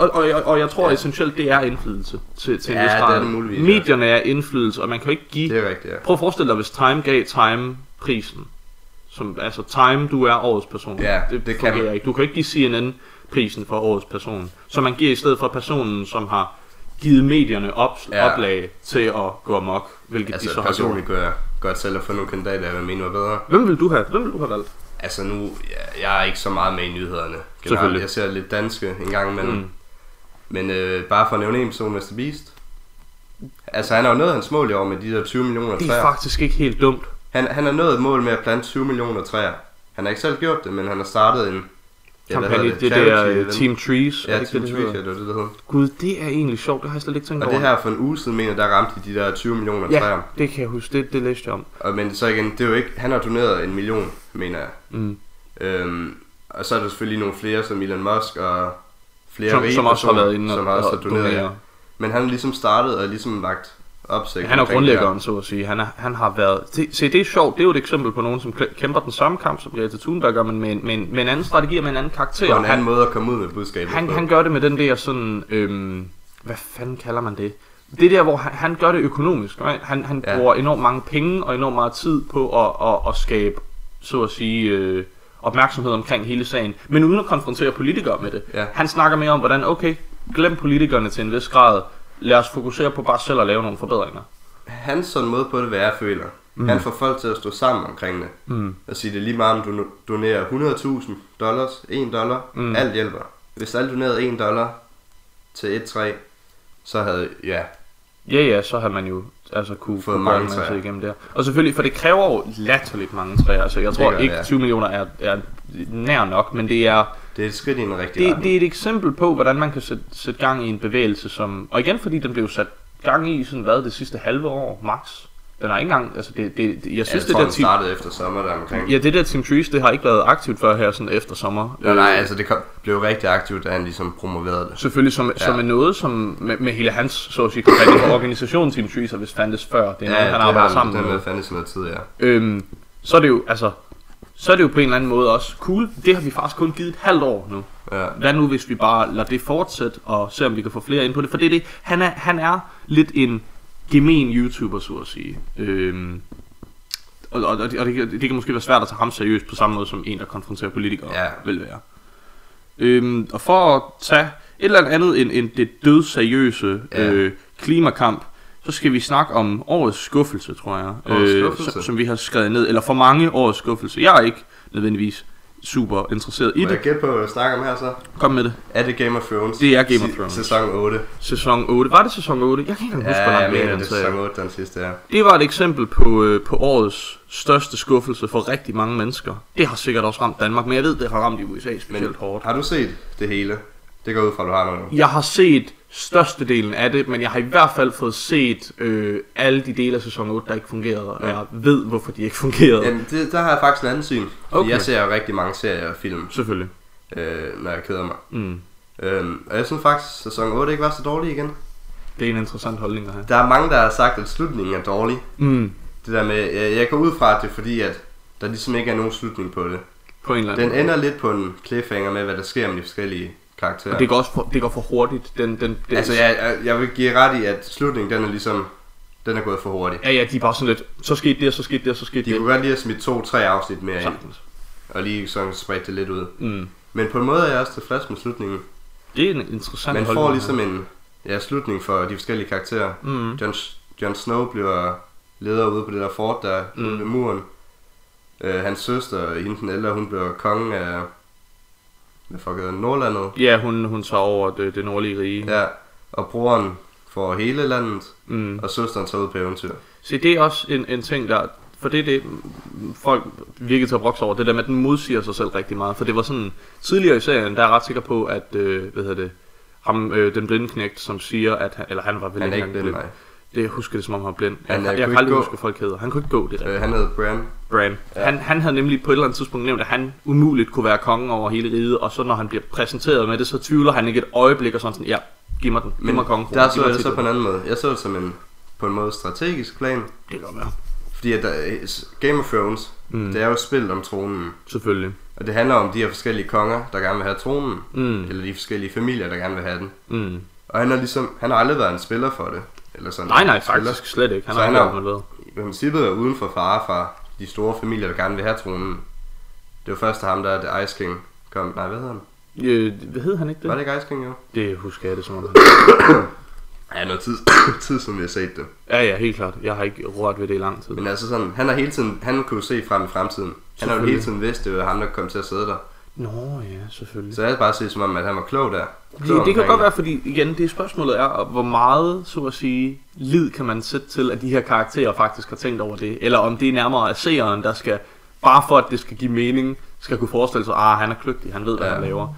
og jeg tror essentielt, det er indflydelse til en vis grad. Det er det muligvis. Medierne er indflydelse, og man kan jo ikke give... Det er rigtigt, ja. Prøv at forestille dig, hvis Time gav Time-prisen. Som, altså Time, du er årets person. Ja, det kan man. Ikke. Du kan ikke give CNN-prisen for årets person. Så man giver i stedet for personen, som har givet medierne oplag til at gå amok, hvilket altså, de så har gjort. personligt kunne jeg godt selv at få nogle kandidater, jeg mener var bedre. Hvem vil du have valgt? Altså nu, jeg er ikke så meget med i nyhederne. Generelt. Jeg ser lidt danske en gang imellem. Men bare for at nævne en person, Mr. Beast. Altså han har jo nået hans mål i år med de der 20 millioner træer. Det er faktisk ikke helt dumt. Han har nået et mål med at plante 20 millioner træer. Han har ikke selv gjort det, men han har startet en kampagne, det der Team Trees. Ja, Team Trees, det hedder. Gud, det er egentlig sjovt, det har jeg slet ikke tænkt over. Og det her for en uge siden, mener der ramte de der 20 millioner træer. Ja, det kan jeg huske, det læste jeg om. Men så igen, det er jo ikke, han har doneret 1 million, mener jeg. Og så er der selvfølgelig nogle flere, som Elon Musk og flere rige som også har været inde som også har doneret. Men han har ligesom startet og ligesom vagt opsigt. Han er grundlæggeren, så at sige. Han har været... Se, det er sjovt. Det er jo et eksempel på nogen, som kæmper den samme kamp, som Greta Thunberg gør, men med en anden strategi og med en anden karakter. På en anden måde at komme ud med budskabet. Han gør det med den der sådan... hvad fanden kalder man det? Det der, hvor han gør det økonomisk. Right? Han bruger enormt mange penge og enormt meget tid på at skabe, så at sige... opmærksomhed omkring hele sagen, men uden at konfrontere politikere med det. Han snakker mere om, hvordan, okay, glem politikerne til en vis grad, lad os fokusere på bare selv at lave nogle forbedringer. Hans sådan måde på det, hvad jeg føler. Han får folk til at stå sammen omkring det. Og sige det lige meget, om du donerer $100,000, $1, alt hjælper. Hvis alle donerede $1 til et træ, så havde, Ja, så har man jo altså kunne mange træer igennem der. Og selvfølgelig, for det kræver jo latterligt mange træer. Altså, jeg tror ikke 20 millioner er nær nok, men det er et skridt i en rigtig retning. Det er et eksempel på, hvordan man kan sætte gang i en bevægelse, som... Og igen, fordi den blev sat gang i sådan, det sidste halve år, max. Den har ikke engang... Altså, jeg synes, det der startede efter sommer der omkring. Ja, det der Team Trees, det har ikke været aktivt før her sådan efter sommer. Nej, altså det blev rigtig aktivt, da han ligesom promoverede det. Selvfølgelig som er noget, som med hele hans, så at sige, kampagne for organisationen Team Trees har vist fandtes før. Det er noget, han arbejder sammen med. Det fandtes noget tid, ja. Så er det jo, altså... Så er det jo på en eller anden måde også cool. Det har vi faktisk kun givet et halvt år nu. Ja. Hvad nu hvis vi bare lader det fortsætte og ser om vi kan få flere ind på det. For det er det, han er lidt en gemen YouTuber, så at sige. Og det kan måske være svært at tage ham seriøst på samme måde som en, der konfronterer politikere vil være. Og for at tage et eller andet end det dødseriøse klimakamp, så skal vi snakke om årets skuffelse, tror jeg. Som vi har skrevet ned. Eller for mange årets skuffelse. Jeg er ikke nødvendigvis super interesseret i det. Må jeg gætte på, hvad jeg snakker om her så? Kom med det. Er det Game of Thrones? Det er Game of Thrones. Sæson 8. Sæson 8. Var det sæson 8? Jeg kan ikke huske, hvor langt det er sæson 8, den sidste her. Det var et eksempel på årets største skuffelse for rigtig mange mennesker. Det har sikkert også ramt Danmark, men jeg ved, det har ramt i USA specielt hårdt. Har du set det hele? Det går ud fra, at du har noget nu. Jeg har set størstedelen af det, men jeg har i hvert fald fået set alle de dele af sæson 8, der ikke fungerede, og jeg ved, hvorfor de ikke fungerede. Jamen, der har jeg faktisk en anden syn. Okay. Jeg ser jo rigtig mange serier og film. Selvfølgelig. Når jeg keder mig. Og jeg synes faktisk, at sæson 8 ikke var så dårlig igen. Det er en interessant holdning at have. Der er mange, der har sagt, at slutningen er dårlig. Det der med, jeg går ud fra, at det er fordi, at der ligesom ikke er nogen slutning på det. På en eller anden Den ender lidt på en cliffhanger med, hvad der sker med de forskellige karakterer. Og det går for hurtigt. Altså jeg vil give ret i, at slutningen den er ligesom, den er gået for hurtigt. Ja, de er bare sådan lidt, så skete det, så skete det, så skete det. De kunne godt lige have smidt 2-3 afsnit mere ind. Og lige sådan spredt det lidt ud. Men på en måde er jeg også tilfreds med slutningen. Det er en interessant Man får ligesom en slutning for de forskellige karakterer. Jon Snow bliver leder ude på det der fort der ude ved muren. Hans søster, hende den ældre, hun bliver konge af... Hvad fuck hedder Nordlandet? Ja, hun tager over det nordlige rige. Ja, og broren får hele landet, og søsteren tager ud på eventyr. Så det er også en ting, der... For det folk virkelig tager broks over, det der med, at den modsiger sig selv rigtig meget. For det var sådan... Tidligere i serien, der er jeg ret sikker på, at... den blinde knægt, som siger, at... Eller han var vel ikke engang blind. Det husker det, som om han var blind. Jeg kan aldrig huske, hvad folk hedder. Han kunne ikke gå, det rigtigt. Han hed Bran. Ja. Han havde nemlig på et eller andet tidspunkt nævnt, at han umuligt kunne være kongen over hele riget, og så når han bliver præsenteret med det, så tvivler han ikke et øjeblik, og sådan, ja, giv mig den. Giv mig kongen. Der så det så på en anden måde. Jeg så det som på en måde strategisk plan. Det kan være. Fordi at Game of Thrones, det er jo spillet om tronen. Selvfølgelig. Og det handler om de her forskellige konger, der gerne vil have tronen. Eller de forskellige familier, der gerne vil have den. Og han har aldrig været en spiller for det. Eller sådan nej, faktisk slet ikke. Han har i princippet været uden for fare fra de store familier, der gerne vil have tronen. Det var først ham, der The Ice King kom. Nej, hvad hedder han? Hvad hed han ikke det? Var det ikke Ice King, jo? Det husker jeg det som om. Ja, noget tid siden vi har set det. Ja, helt klart. Jeg har ikke rørt ved det i lang tid. Men altså sådan, han har hele tiden, han kunne se frem i fremtiden. Han har jo hele tiden vidst, det var ham, der kom til at sidde der. Nå ja, selvfølgelig. Så jeg har bare set som om, at han var klog der. Det kan godt være, fordi igen, det spørgsmålet er, hvor meget, så at sige, lid kan man sætte til, at de her karakterer faktisk har tænkt over det. Eller om det er nærmere af seeren, der skal, bare for at det skal give mening, skal kunne forestille sig, han er kløgtig, han ved, hvad han laver.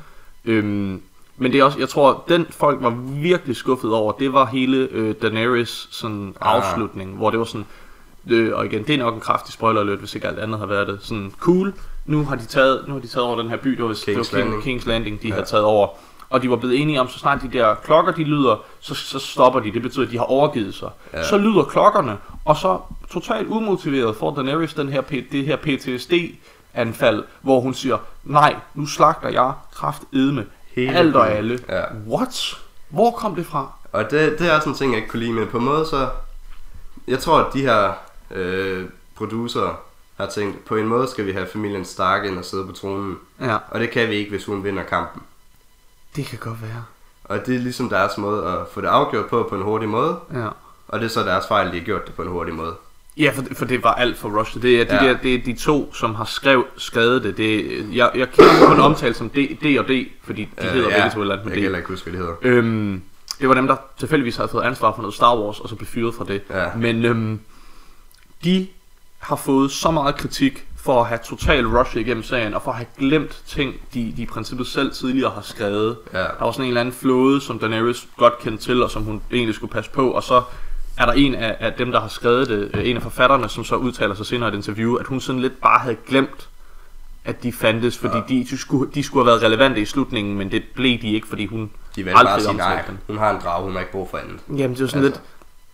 Men det er også, jeg tror, den folk var virkelig skuffet over, det var hele Daenerys sådan afslutning, hvor det var sådan, og igen, det er nok en kraftig spoiler alert, hvis ikke alt andet har været det, sådan cool, nu har de taget over den her by, det var King's Landing, de har taget over, og de var blevet enige om, så snart de der klokker, de lyder, så stopper de, det betyder, at de har overgivet sig. Så lyder klokkerne, og så totalt umotiveret får Daenerys det her PTSD-anfald, hvor hun siger, nej, nu slagter jeg kraftedme alt og alle. Ja. What? Hvor kom det fra? Og det er også en ting, jeg ikke kunne lide, men på en måde så... Jeg tror, at de her producer har tænkt, på en måde skal vi have familien Stark ind og sidde på tronen. Ja. Og det kan vi ikke, hvis hun vinder kampen. Det kan godt være. Og det er ligesom deres måde at få det afgjort på en hurtig måde. Ja. Og det er så deres fejl, de har gjort det på en hurtig måde. Ja, for det var alt for rushed. Det er de to, som har skrevet det. Jeg kender kun omtale som D og D, fordi de hedder begge to eller andet. Jeg kan heller ikke huske, hvad de hedder. Det var dem, der tilfældigvis havde fået ansvar for noget Star Wars, og så blev fyret fra det. Ja. Men de har fået så meget kritik for at have total rush igennem serien, og for at have glemt ting, de i princippet selv tidligere har skrevet. Ja. Der var sådan en eller anden flåde, som Daenerys godt kendte til, og som hun egentlig skulle passe på, og så er der en af dem, der har skrevet det, en af forfatterne, som så udtaler sig senere i et interview, at hun sådan lidt bare havde glemt, at de fandtes, fordi de skulle have været relevante i slutningen, men det blev de ikke, fordi hun de aldrig bare sige, nej, hun har en drage, hun har ikke brug for andet. Jamen det er sådan lidt.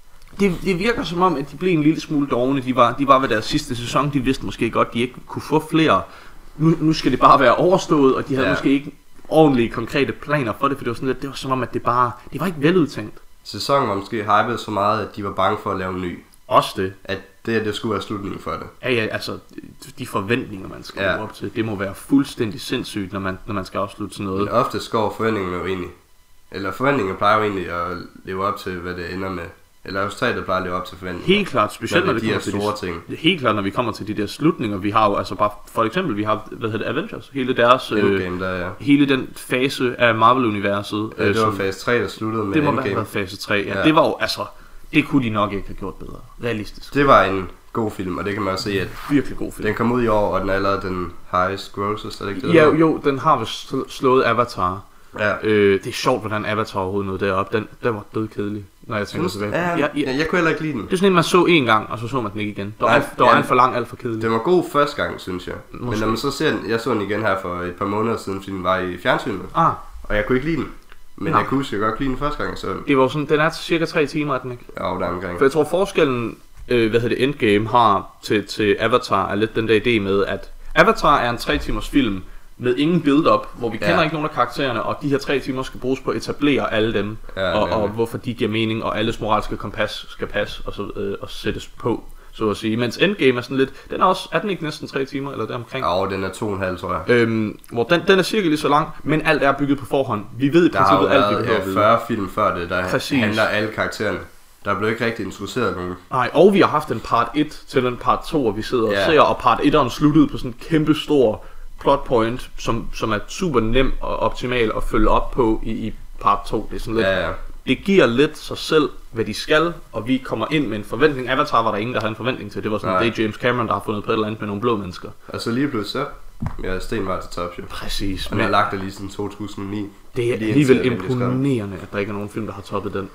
Det virker som om, at de blev en lille smule dovne. De var ved deres sidste sæson. De vidste måske godt, at de ikke kunne få flere. Nu skal det bare være overstået, og de havde måske ikke ordentlige konkrete planer for det, for det var sådan lidt, det var som om, at det var ikke veludtænkt. Sæsonen var måske hypet så meget, at de var bange for at lave en ny. Også det. At det skulle være slutningen for det. Ja, altså de forventninger, man skal leve op til, det må være fuldstændig sindssygt, når man skal afslutte sådan noget. Men ofte går forventningerne jo egentlig, eller forventningerne plejer jo egentlig at leve op til, hvad det ender med. Eller resultatet plejer at leve op til forventninger. Helt klart, specielt når det kommer til store ting. Helt klart, når vi kommer til de der slutninger. Vi har jo altså bare, for eksempel, vi har, Avengers. Hele deres, Endgame, der, hele den fase af Marvel-universet. Ja, det var fase 3, der sluttede med Endgame. Det må have været fase 3, ja. Det var jo, altså, det kunne de nok ikke have gjort bedre. Realistisk. Det var en god film, og det kan man også se, at virkelig god film. Den kom ud i år, og den er allerede den highest grosses, er det ikke det? Ja, jo, den har vist slået Avatar. Ja. Det er sjovt, hvordan Avatar overhovedet nåede derop. Den var dødkedelig, når jeg tænker tilbage. Jeg kunne heller ikke lide den. Det er sådan en, man så en gang, og så man den ikke igen. Der var en for lang, alt for kedelig. Den var god første gang, synes jeg. Måske. Men når man så ser den, jeg så den igen her for et par måneder siden, fordi den var i fjernsynet. Og jeg kunne ikke lide den. Men jeg kunne huske, jeg godt lide den første gang, jeg så den. Det var sådan, den er cirka 3 timer, er den ikke? Ja, der omkring. For jeg tror forskellen, Endgame har til Avatar, er lidt den der idé med, at Avatar er en 3 timers film, med ingen build-up, hvor vi kender ikke nogen af karaktererne, og de her 3 timer skal bruges på at etablere alle dem, og hvorfor de giver mening, og alles moralske kompas skal passe, og sættes på, så at sige. Mens Endgame er sådan lidt, er den ikke næsten 3 timer, eller deromkring? Ja, den er 2,5, tror jeg. Hvor den er cirka lige så lang, men alt er bygget på forhånd. Vi ved i princippet alt, vi behøver at vide. 40 film før det, der handler alle karaktererne. Der blev ikke rigtig introduceret nogen. Nej, og vi har haft en part 1 til en part 2, og vi sidder og ser, og part 1'eren sluttede på sådan en kæmpe stor plot point, som er super nem og optimal at følge op på i part 2. Det er sådan lidt, det giver lidt sig selv, hvad de skal, og vi kommer ind med en forventning. Avatar var der ingen, der havde en forventning til. Det var sådan, det er James Cameron, der har fundet på et eller andet med nogle blå mennesker. Altså lige pludselig så, Sten var til top, jo. Præcis. Han har lagt det lige siden 2009. Det er alligevel imponerende, at der ikke er nogen film, der har toppet den.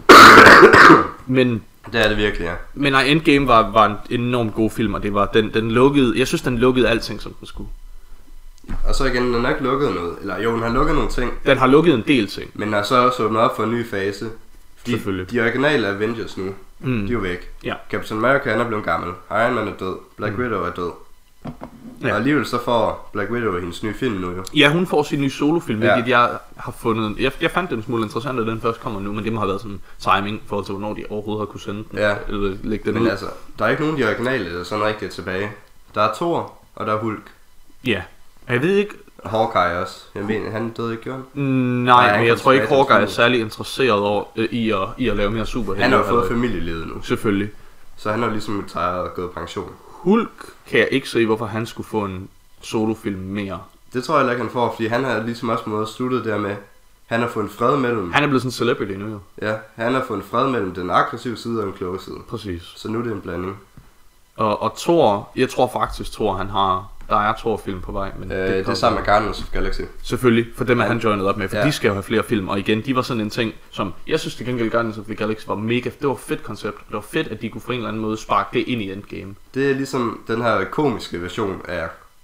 Men det er det virkelig, ja. Men nej, Endgame var en enormt god film, og det var den lukkede. Jeg synes, den lukkede alting, som den skulle. Og så igen, den har ikke lukket noget. Eller jo, den har lukket nogle ting. Den har lukket en del ting. Men har så også åbnet op for en ny fase. Selvfølgelig. De originale Avengers nu, de er jo væk. Ja. Captain America er blevet gammel. Iron Man er død. Black Widow er død. Ja. Og alligevel så får Black Widow hendes nye film nu jo. Ja, hun får sin nye solofilm, hvilket jeg har fundet. Jeg fandt den smule interessant, at den først kommer nu, men det må have været sådan timing i forhold til, hvornår de overhovedet har kunne sende den. Ja. Eller lægge den men ud. Altså, der er ikke nogen af de originale, der er sådan rigtig tilbage. Der er Thor, og der er Hulk. Ja. Jeg ved ikke. Hawkeye også. Jeg mener, han døde ikke, gjorde han? Nej, men jeg tror ikke, Hawkeye er særlig interesseret over, i at lave mere superhelte. Han har jo fået familielivet nu. Selvfølgelig. Så han har ligesom retired og gået pension. Hulk kan jeg ikke se, hvorfor han skulle få en solofilm mere. Det tror jeg ikke, han får, fordi han har ligesom også måde sluttet der med, han har fundet fred mellem... Han er blevet sådan en celebrity nu jo. Ja, han har fundet fred mellem den aggressive side og den kloge side. Præcis. Så nu er det en blanding. Og Thor, jeg tror faktisk Thor, han har... Der er Thor-film på vej, men det er sammen med Guardians of Galaxy. Selvfølgelig, for dem er han joinet op med, for de skal jo have flere film. Og igen, de var sådan en ting, som... Jeg synes til gengæld, Guardians of the Galaxy var mega... Det var et fedt koncept. Det var fedt, at de kunne på en eller anden måde sparke det ind i Endgame. Det er ligesom den her komiske version af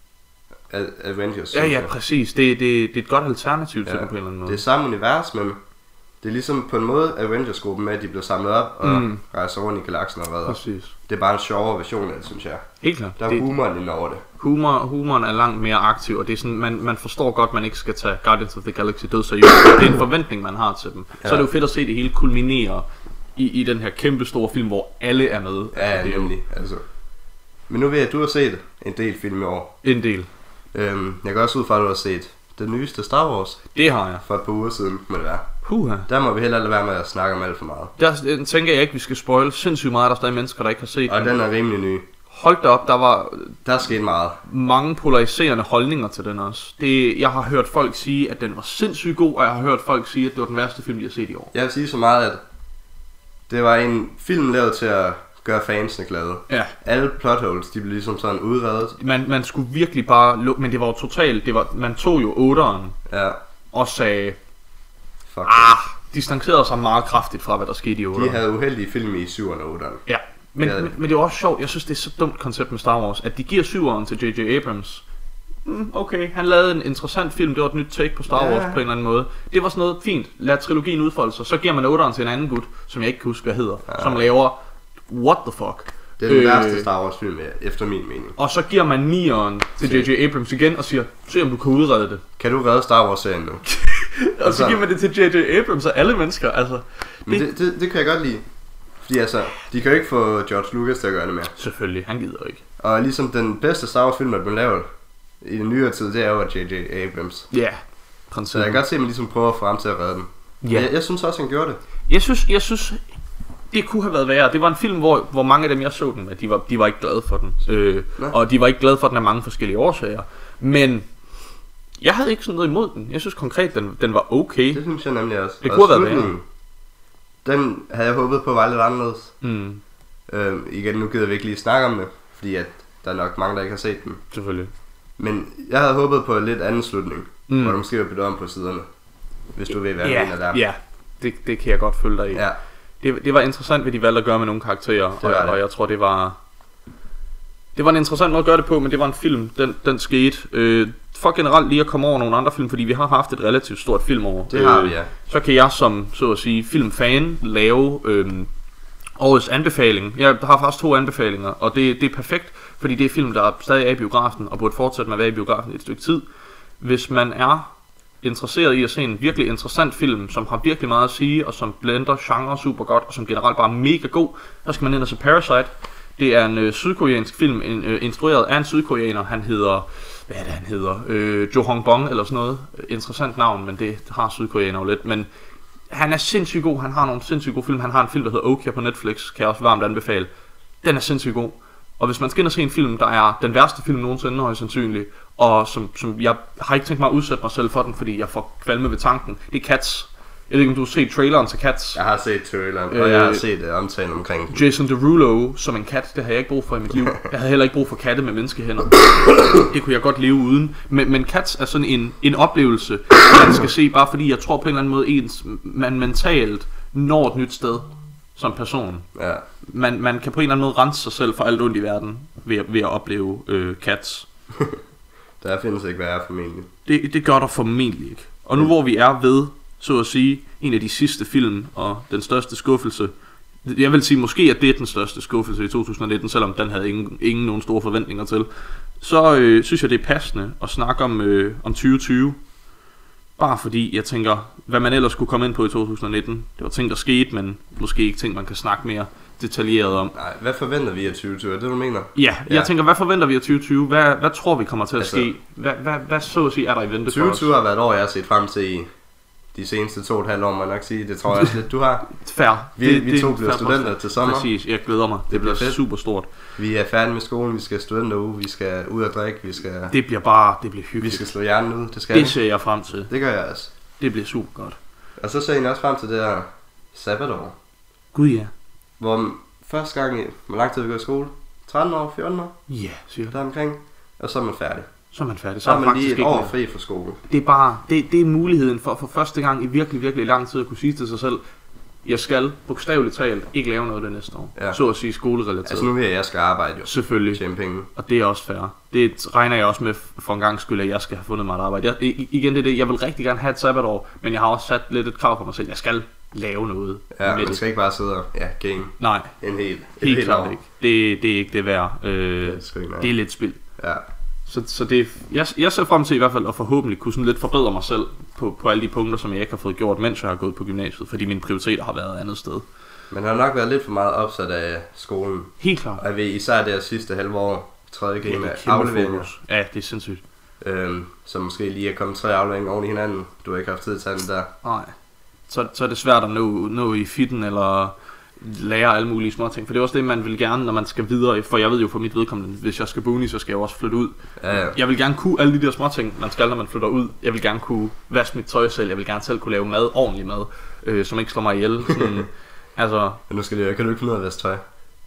Avengers. Ja, præcis. Det er et godt alternativ til den på en eller anden måde. Det er samme univers, men det er ligesom på en måde Avengers-gruppen med, at de blev samlet op og rejser rundt i galaksen og redder. Præcis. Det er bare en sjovere version af det, synes jeg. Helt klart. Der er humoren ind over det. Humoren er langt mere aktiv, og det er sådan, man forstår godt, man ikke skal tage Guardians of the Galaxy død seriøst. Det er en forventning, man har til dem. Ja. Så er det jo fedt at se det hele kulminere i den her kæmpe store film, hvor alle er med. Ja, det er nemlig. Altså. Men nu ved jeg, at du har set en del film i år. En del. Jeg går også ud fra, at du har set den nyeste Star Wars. Det har jeg. For et par uger siden, må det være. Puha. Der må vi heller lade være med at snakke om alt for meget. Der tænker jeg ikke, vi skal spoil sindssygt meget, der er stadig mennesker, der ikke har set og den er rimelig ny. Hold da op, der var Der skete meget. Mange polariserende holdninger til den også. Jeg har hørt folk sige, at den var sindssygt god, og jeg har hørt folk sige, at det var den værste film, de har set i år. Jeg vil sige så meget, at det var en film lavet til at gøre fansene glade. Ja. Alle plot holes, de blev ligesom sådan udredet. Man skulle virkelig bare men det var jo totalt, man tog jo 8'eren og sagde, distancerede sig meget kraftigt fra, hvad der skete i 8'eren. De havde uheldige film i 7'eren og 8'eren. Ja, men det er også sjovt, jeg synes det er så dumt koncept med Star Wars, at de giver 7'eren til J.J. Abrams. Okay, han lavede en interessant film, det var et nyt take på Star Wars på en eller anden måde. Det var sådan noget fint, lad trilogien udfolde sig. Så giver man 8'eren til en anden gut, som jeg ikke kan huske hvad hedder, som laver what the fuck. Det er den værste Star Wars film, efter min mening. Og så giver man 9'eren til J.J. Abrams igen og siger, se om du kan udrede det. Kan du redde Star Wars-serien nu? Og så giver man det til J.J. Abrams og alle mennesker, altså. Men det kan jeg godt lide. Fordi altså, de kan jo ikke få George Lucas til at gøre det mere. Selvfølgelig, han gider ikke. Og ligesom den bedste Star Wars film, der blev lavet i den nyere tid, det er jo J.J. Abrams. Ja, så jeg kan godt se, at man ligesom prøver at få ham til at redde den. Ja. Jeg synes også, han gjorde det. Jeg synes det kunne have været værre. Det var en film, hvor mange af dem, jeg så den, at de var ikke glade for den. Og de var ikke glade for den af mange forskellige årsager. Men jeg havde ikke sådan noget imod den. Jeg synes konkret, den var okay. Det synes jeg nemlig også. Det kunne have været værre. Den havde jeg håbet på var lidt anderledes. Igen, nu gider vi ikke lige snakke om det, fordi at der er nok mange, der ikke har set den. Selvfølgelig. Men jeg havde håbet på en lidt anden slutning, hvor der måske var byttet om på siderne. Hvis du ved, hvad jeg mener der. Ja, det kan jeg godt følge dig i. Ja. Det var interessant, hvad de valgte at gøre med nogle karakterer, og jeg tror, det var en interessant måde at gøre det på, men det var en film, den skete. For generelt lige at komme over nogle andre film, fordi vi har haft et relativt stort filmår. Det har vi, ja. Så kan jeg som, så at sige, filmfan lave årets anbefaling. Jeg har faktisk 2 anbefalinger, og det er perfekt, fordi det er film, der stadig er i biografen, og burde fortsætte med at være i biografen i et stykke tid. Hvis man er interesseret i at se en virkelig interessant film, som har virkelig meget at sige, og som blender genre super godt, og som generelt bare er mega god, så skal man ind og se Parasite. Det er en sydkoreansk film, instrueret af en sydkoreaner. Han hedder, hvad er det han hedder? Jo Hong Bong eller sådan noget. Interessant navn, men det har sydkoreaner jo lidt. Men han er sindssygt god, han har nogle sindssygt gode film. Han har en film, der hedder Okja på Netflix, kan jeg også varmt anbefale. Den er sindssygt god. Og hvis man skal ind og se en film, der er den værste film nogensinde, højst sandsynligt, og som jeg har ikke tænkt mig at udsætte mig selv for den, fordi jeg får kvalme ved tanken, det er Cats. Jeg ved ikke, om du har set traileren til Cats. Jeg har set traileren, og jeg har set omtalen omkring den. Jason Derulo som en kat, det har jeg ikke brug for i mit liv. Jeg havde heller ikke brug for katte med menneskehænder. Det kunne jeg godt leve uden. Men Cats er sådan en oplevelse, man skal se, bare fordi jeg tror på en eller anden måde, man mentalt når et nyt sted som person. Ja. Man kan på en eller anden måde rense sig selv for alt ondt i verden ved at opleve Cats. Der findes ikke værre formentlig. Det gør der formentlig ikke. Og nu hvor vi er ved, så at sige, en af de sidste film og den største skuffelse. Jeg vil sige måske, at det er den største skuffelse i 2019, selvom den havde ingen nogen store forventninger til. Så synes jeg, det er passende at snakke om 2020. Bare fordi jeg tænker, hvad man ellers kunne komme ind på i 2019. Det var ting, der skete, men måske ikke ting, man kan snakke mere detaljeret om. Nej, hvad forventer vi af 2020? Er det, du mener? Ja, jeg tænker, hvad forventer vi af 2020? Hvad tror vi kommer til at ske? Hvad så at sige er der i vente for os? 2020 har været et år, jeg har set frem til i de seneste 2,5 år, må jeg nok sige. Det tror jeg også lidt, du har. Fair. Vi to bliver studenter til sommer. Præcis, jeg glæder mig. Det bliver super stort. Vi er færdige med skolen, vi skal studenteruge, vi skal ud og drikke, det bliver hyggeligt. Vi skal slå hjernen ud, det ser jeg frem til. Det gør jeg også. Det bliver super godt. Og så ser jeg også frem til det her sabbatår. Gud ja. Hvor første gang i, hvor lang tid vi går i skole? 13 år, 14 år? Ja, cirka. Der omkring. Og så er man færdig. Så er man lige et år fri fra skole. Det er bare, det er muligheden for første gang i virkelig, virkelig lang tid at kunne sige til sig selv, jeg skal bogstaveligt talt ikke lave noget det næste år. Ja. Så at sige skolerelateret. Altså nu vil jeg skal arbejde jo. Selvfølgelig. Tjene penge. Og det er også fair. Det regner jeg også med for en gang skyld, at jeg skal have fundet mig et arbejde. Igen det er det, jeg vil rigtig gerne have et sabbatår, men jeg har også sat lidt et krav for mig selv. Jeg skal lave noget. Ja, man skal ikke bare sidde og game. Nej. Helt klart ikke. Det er ikke det værd. Det er lidt spild. Ja. Så det, jeg ser frem til i hvert fald at forhåbentlig kunne sådan lidt forbedre mig selv på alle de punkter, som jeg ikke har fået gjort, mens jeg har gået på gymnasiet, fordi mine prioriteter har været et andet sted. Man har nok været lidt for meget opsat af skolen. Helt klart. Og jeg ved, især det sidste halve år, 3. G med afleveringer. Ja, det er sindssygt. Så måske lige er kommet 3 afleveringer oven i hinanden. Du har ikke haft tid til den der. Nej. Så er det svært at nå i fitten eller lære alle mulige små ting. For det er også det, man vil gerne, når man skal videre. For jeg ved jo for mit vedkommende, hvis jeg skal på uni, så skal jeg også flytte ud. Ja. Jeg vil gerne kunne alle de der små ting, man skal, når man flytter ud. Jeg vil gerne kunne vaske mit tøj selv. Jeg vil gerne selv kunne lave mad, ordentlig mad, som ikke slår mig ihjel. Sådan, altså, men nu kan du ikke finde ud af at vaske tøj?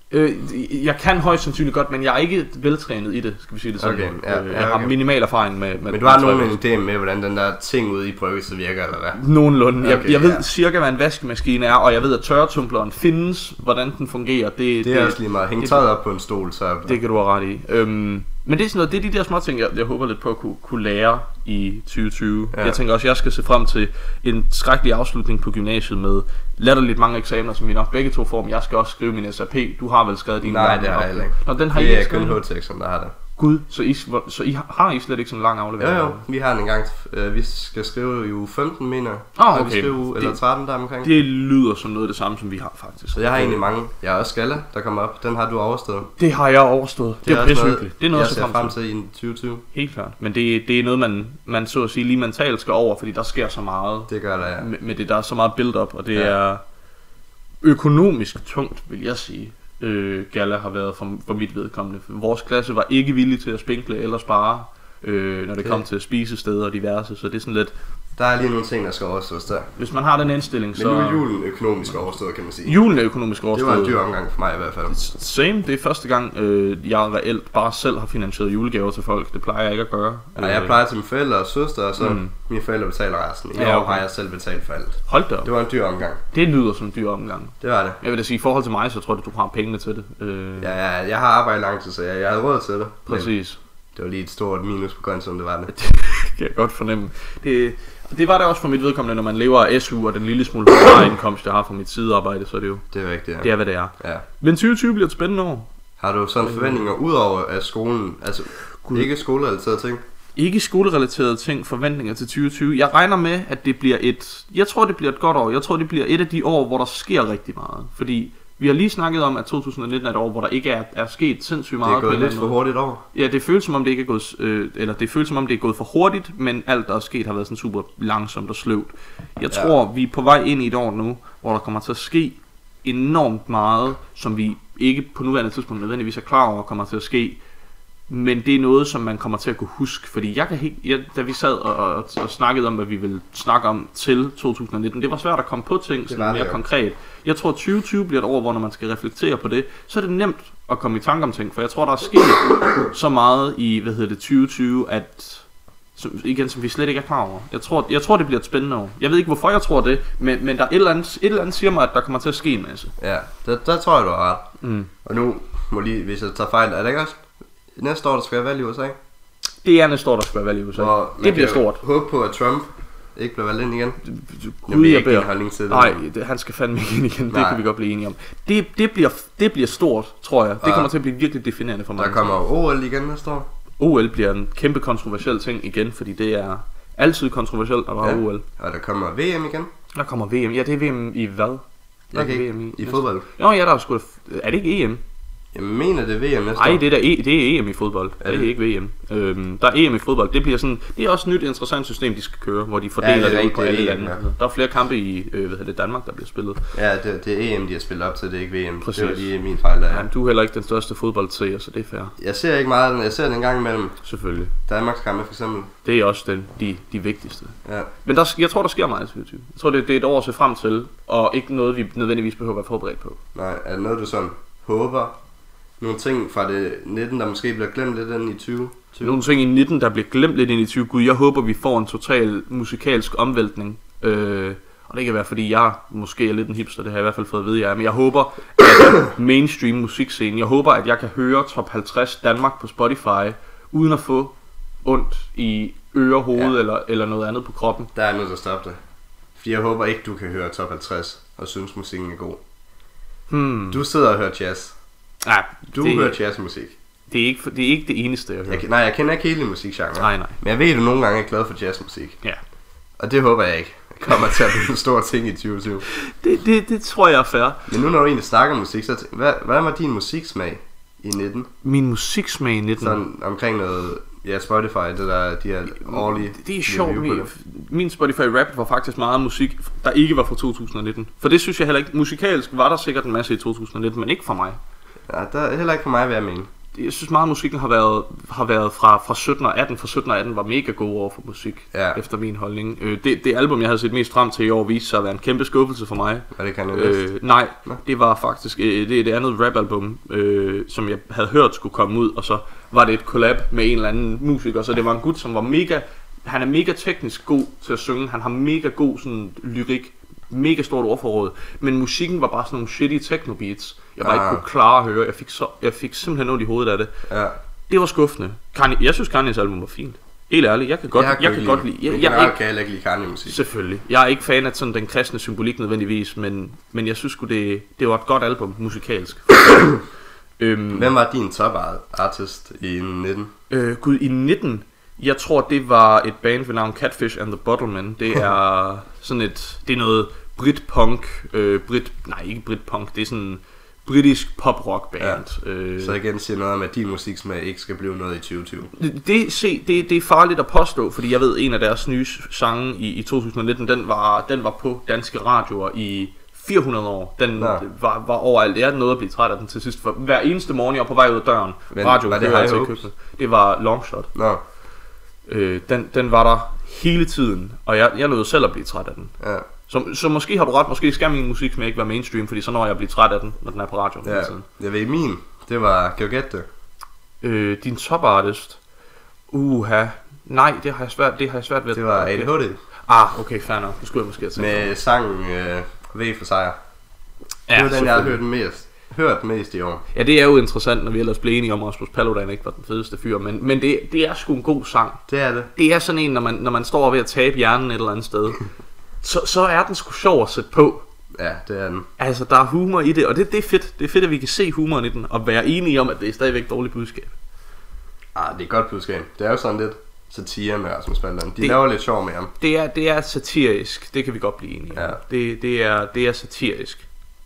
Jeg kan højst sandsynligt godt, men jeg er ikke veltrænet i det, skal vi sige det sådan. Okay, ja, jeg har minimal erfaring med men du har nogen idé med, hvordan den der ting ude i bryggelset virker, eller hvad? Nogenlunde. Okay, jeg ved cirka, hvad en vaskemaskine er, og jeg ved, at tørretumbleren findes, hvordan den fungerer. Det er også lige meget. Hæng tøjet op på en stol, så... Det kan du have ret i. Men det er sådan noget, det er de der små ting, jeg håber lidt på at kunne lære i 2020. Ja. Jeg tænker også, at jeg skal se frem til en skrækkelig afslutning på gymnasiet med latterligt mange eksamener, som vi nok begge to får, men jeg skal også skrive min SAP. Du har vel skrevet din? Nej, det har jeg ikke. Nå, den har det I er kun HTX, som der har det. Gud, så I har I slet ikke sådan en lang aflevering? Jo, vi har den engang. Vi skal skrive i uge 15, mener jeg. Okay. Vi skrive, eller 13 der omkring. Det lyder som noget af det samme, som vi har faktisk. Så jeg har egentlig mange. Jeg har også Skala, der kommer op. Den har du overstået. Det har jeg overstået. Det er pissehyggeligt. Det er noget, jeg ser frem til i 2020. Helt klart. Men det er noget, man så at sige lige mentalt skal over, fordi der sker så meget. Det gør der, ja. Med det, der er så meget build-up, og det er økonomisk tungt, vil jeg sige. Galla har været for mit vedkommende. Vores klasse var ikke villig til at spinkle eller spare, når det kom til spisesteder og diverse, så det er sådan lidt... Der er lige nogle ting, der skal overstås der. Hvis man har den indstilling, så... Men nu er julen økonomisk overstået, kan man sige. Julen er økonomisk overstået. Det var en dyr omgang for mig i hvert fald. Same, det er første gang, jeg reelt bare selv har finansieret julegaver til folk. Det plejer jeg ikke at gøre. Nej, jeg plejer til mine forældre og søster, og så mine forældre betaler resten. I år har jeg selv betalt for alt. Hold da op. Det var en dyr omgang. Det lyder som en dyr omgang. Det var det. Jeg vil da sige, i forhold til mig, så tror jeg, du har pengene til det. Ja, jeg har arbejdet lang tid, så jeg havde råd til det. Præcis. Det var lige et stort minus på kontoen, det var det. Det kan jeg godt fornemme. Det var det også for mit vedkommende, når man lever af SU og den lille smule indkomst, jeg har fra mit sidearbejde, så er det jo... Det er rigtigt, ja. Det er, hvad det er. Ja. Men 2020 bliver et spændende år. Har du sådan forventninger ud over af skolen, altså ikke skolerelaterede ting? Ikke skolerelaterede ting, forventninger til 2020. Jeg regner med, at det bliver jeg tror, det bliver et godt år. Jeg tror, det bliver et af de år, hvor der sker rigtig meget. Fordi vi har lige snakket om, at 2019 er et år, hvor der ikke er sket sindssygt meget. Det er gået lidt for hurtigt år. Ja, det føles som om det ikke er gået, det føles som om det er gået for hurtigt, men alt der er sket har været sådan super langsomt og sløvt. Jeg tror, vi er på vej ind i et år nu, hvor der kommer til at ske enormt meget, som vi ikke på nuværende tidspunkt nødvendigvis er klar over kommer til at ske. Men det er noget, som man kommer til at kunne huske. Fordi da vi sad og snakkede om, hvad vi ville snakke om til 2019, det var svært at komme på ting sådan mere konkret. Jeg tror, 2020 bliver et år, hvor når man skal reflektere på det, så er det nemt at komme i tanke om ting. For jeg tror, der er sket så meget i 2020, at som vi slet ikke er klar over. Jeg tror, det bliver et spændende år. Jeg ved ikke, hvorfor jeg tror det, men der er et eller andet siger mig, at der kommer til at ske en masse. Ja, der tror jeg, du har ret. Og nu må lige, hvis jeg tager fejl, er det ikke også næste år, der skal være valg i USA? Det er næste år, der skal være valg i USA. Det bliver stort. Håbe på, at Trump ikke bliver valgt ind igen. Gud, jeg beder. Holdning til det. Nej, han skal fandme ikke ind igen. Det kan vi godt blive enige om. Det bliver stort, tror jeg. Det kommer til at blive virkelig definerende for mig. Der kommer OL igen næste år. OL bliver en kæmpe kontroversiel ting igen, fordi det er altid kontroversielt at være OL. Og der kommer VM igen. Der kommer VM. Ja, det er VM i hvad? Okay, VM i fodbold. Nå ja, der er sgu da... Er det ikke EM? Jeg mener, det er VM næste år. Nej, det er EM i fodbold. Det er ikke VM. Der er EM i fodbold. Det bliver sådan, det er også et nyt interessant system, de skal køre, hvor de fordeler det ud på alle lande. Der er flere kampe i Danmark, der bliver spillet. Ja, det er EM, de har spillet op til, det er ikke VM. Præcis. Det var lige min fejl der. Ja, du er heller ikke den største fodboldseer, så det er fair. Jeg ser ikke meget, jeg ser den en gang imellem. Selvfølgelig. Danmarks kampe for eksempel. Det er også de vigtigste. Ja. Men jeg tror, der sker meget i 2020. Jeg tror, det er et år at se frem til, og ikke noget, vi nødvendigvis behøver at være forberedt på. Nej, er det noget, du sådan håber? Nogle ting fra det 19, der måske bliver glemt lidt ind i 20? Nogle ting i 19, der bliver glemt lidt ind i 20. Gud, jeg håber, vi får en total musikalsk omvæltning. Og det kan være, fordi jeg måske er lidt en hipster, det har jeg i hvert fald fået at vide, jeg er. Men jeg håber, at mainstream musikscenen, jeg håber, at jeg kan høre top 50 Danmark på Spotify, uden at få ondt i øre, hoved eller noget andet på kroppen. Der er noget, der stopper det. Fordi jeg håber ikke, du kan høre top 50 og synes, musikken er god. Du sidder og hører jazz. Ja, du hører jazzmusik. Det er ikke det eneste, jeg hører. Jeg kender ikke hele musikgenre. Nej. Men jeg ved, at du nogle gange er glad for jazzmusik. Ja. Og det håber jeg ikke kommer til at blive en stor ting i 2020. Det tror jeg er fair. Men nu når du egentlig snakker musik, så hvad var din musiksmag i 19? Min musiksmag i 19? Sådan omkring noget Ja, Spotify, det der, de er årlige. Det er sjovt. Min Spotify Wrapped var faktisk meget musik, der ikke var fra 2019. For det synes jeg heller ikke. Musikalsk var der sikkert en masse i 2019, men ikke for mig. Ja, der er heller ikke for mig, hvad jeg mener. Jeg synes meget, musikken har været fra 17 og 18. For 17 og 18 var mega god over for musik, efter min holdning. Det album, jeg havde set mest frem til i år, viste sig at være en kæmpe skuffelse for mig. Og det kan jeg nej, det var faktisk det andet rap-album, som jeg havde hørt skulle komme ud, og så var det et collab med en eller anden musiker. Så det var en gut, som var han er mega teknisk god til at synge, han har mega god sådan lyrik, mega stort ordforråd, men musikken var bare sådan nogle shitty techno beats. Jeg var ikke kunne klare at høre. Jeg fik simpelthen ondt i hovedet af det. Ja. Det var skuffende. Jeg synes Kanye's album var fint. Helt ærligt, jeg kan godt lide. Jeg kan heller ikke lide Kanye musik. Selvfølgelig. Jeg er ikke fan af sådan den kristne symbolik nødvendigvis, men jeg synes sgu det var et godt album musikalsk. Hvem var din top artist i 19? I 19. Jeg tror det var et band ved navn Catfish and the Bottlemen. Det er sådan det er noget Britpunk, ikke Britpunk, det er sådan britisk pop-rock band. Ja. Så igen siger noget om, at din musiksmag ikke skal blive noget i 2020. Det er farligt at påstå, fordi jeg ved, en af deres nye sange i 2019, den var på danske radioer i 400 år. Den var overalt. Jeg nåede at blive træt af den til sidst. For hver eneste morgen, jeg var på vej ud af døren, radio var det High Hopes? Det var Longshot. Den var der hele tiden, og jeg nåede selv at blive træt af den. Ja. Så måske har du ret, måske skal min musik ikke være mainstream, fordi så når jeg at blive træt af den, når den er på radioen hele tiden. Jeg ved min, det var, kan du gætte det? Din top artist? Nej, det har jeg svært ved. Det var ADHD. Okay, fair nok. Det skulle jeg måske have tænkt. Med sangen V for sejr. Det var den, jeg har hørt mest i år. Ja, det er jo interessant, når vi ellers blev enige om, at Rasmus Paludan ikke var den fedeste fyr, men det er sgu en god sang. Det er det. Det er sådan en, når man står ved at tabe hjernen et eller andet sted, så er den sgu sjov at sætte på. Ja, det er den. Altså, der er humor i det, og det er fedt. Det er fedt, at vi kan se humoren i den, og være enige om, at det er stadigvæk dårligt budskab. Det er godt budskab. Det er jo sådan lidt satire med Rasmus Paludan. De laver lidt sjov med ham. Det er satirisk, det kan vi godt blive enige om. Ja. Det er satirisk.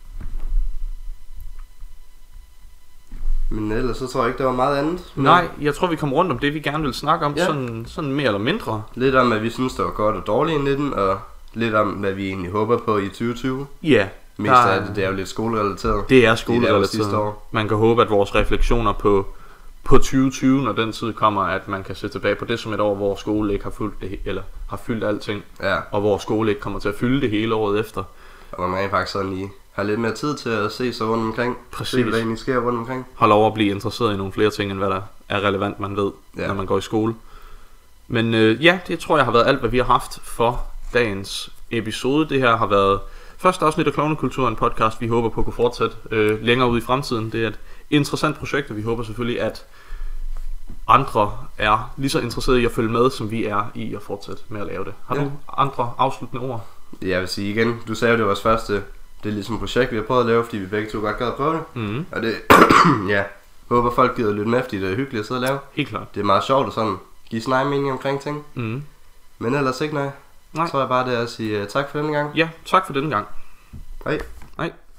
Men ellers så tror jeg ikke, der var meget andet. Nej, jeg tror vi kom rundt om det, vi gerne vil snakke om, sådan mere eller mindre. Lidt om, hvad vi synes, der var godt og dårligt i 19, og lidt om, hvad vi egentlig håber på i 2020. Ja. Mest af det er jo lidt skolerelateret. Det er skolerelateret. Man kan håbe, at vores refleksioner på 2020, når den tid kommer, at man kan se tilbage på det som et år, hvor skole ikke har fyldt det, eller har fyldt alting, og hvor skole ikke kommer til at fylde det hele året efter. Og man faktisk sådan lige har lidt mere tid til at se sig rundt omkring. Præcis. Se, hvad der egentlig sker rundt omkring. Hold over at blive interesseret i nogle flere ting, end hvad der er relevant, man ved, når man går i skole. Men det tror jeg har været alt, hvad vi har haft for dagens episode. Det her har været første afsnit af Klovnekultur, en podcast, vi håber på at kunne fortsætte længere ud i fremtiden. Det er et interessant projekt, og vi håber selvfølgelig, at andre er lige så interesserede i at følge med, som vi er i at fortsætte med at lave det. Har du andre afsluttende ord? Jeg vil sige igen, du sagde jo, det var vores første. Det er ligesom et projekt, vi har prøvet at lave, fordi vi begge to godt gad at prøve det. Mm-hmm. Og det, håber folk gider lytte med, fordi det er hyggeligt at sidde og lave. Helt klart. Det er meget sjovt at sådan give sin egen mening omkring ting. Mm-hmm. Men ellers ikke, nej. Så tror jeg bare det er at sige tak for denne gang. Ja, tak for denne gang. Hej. Hej.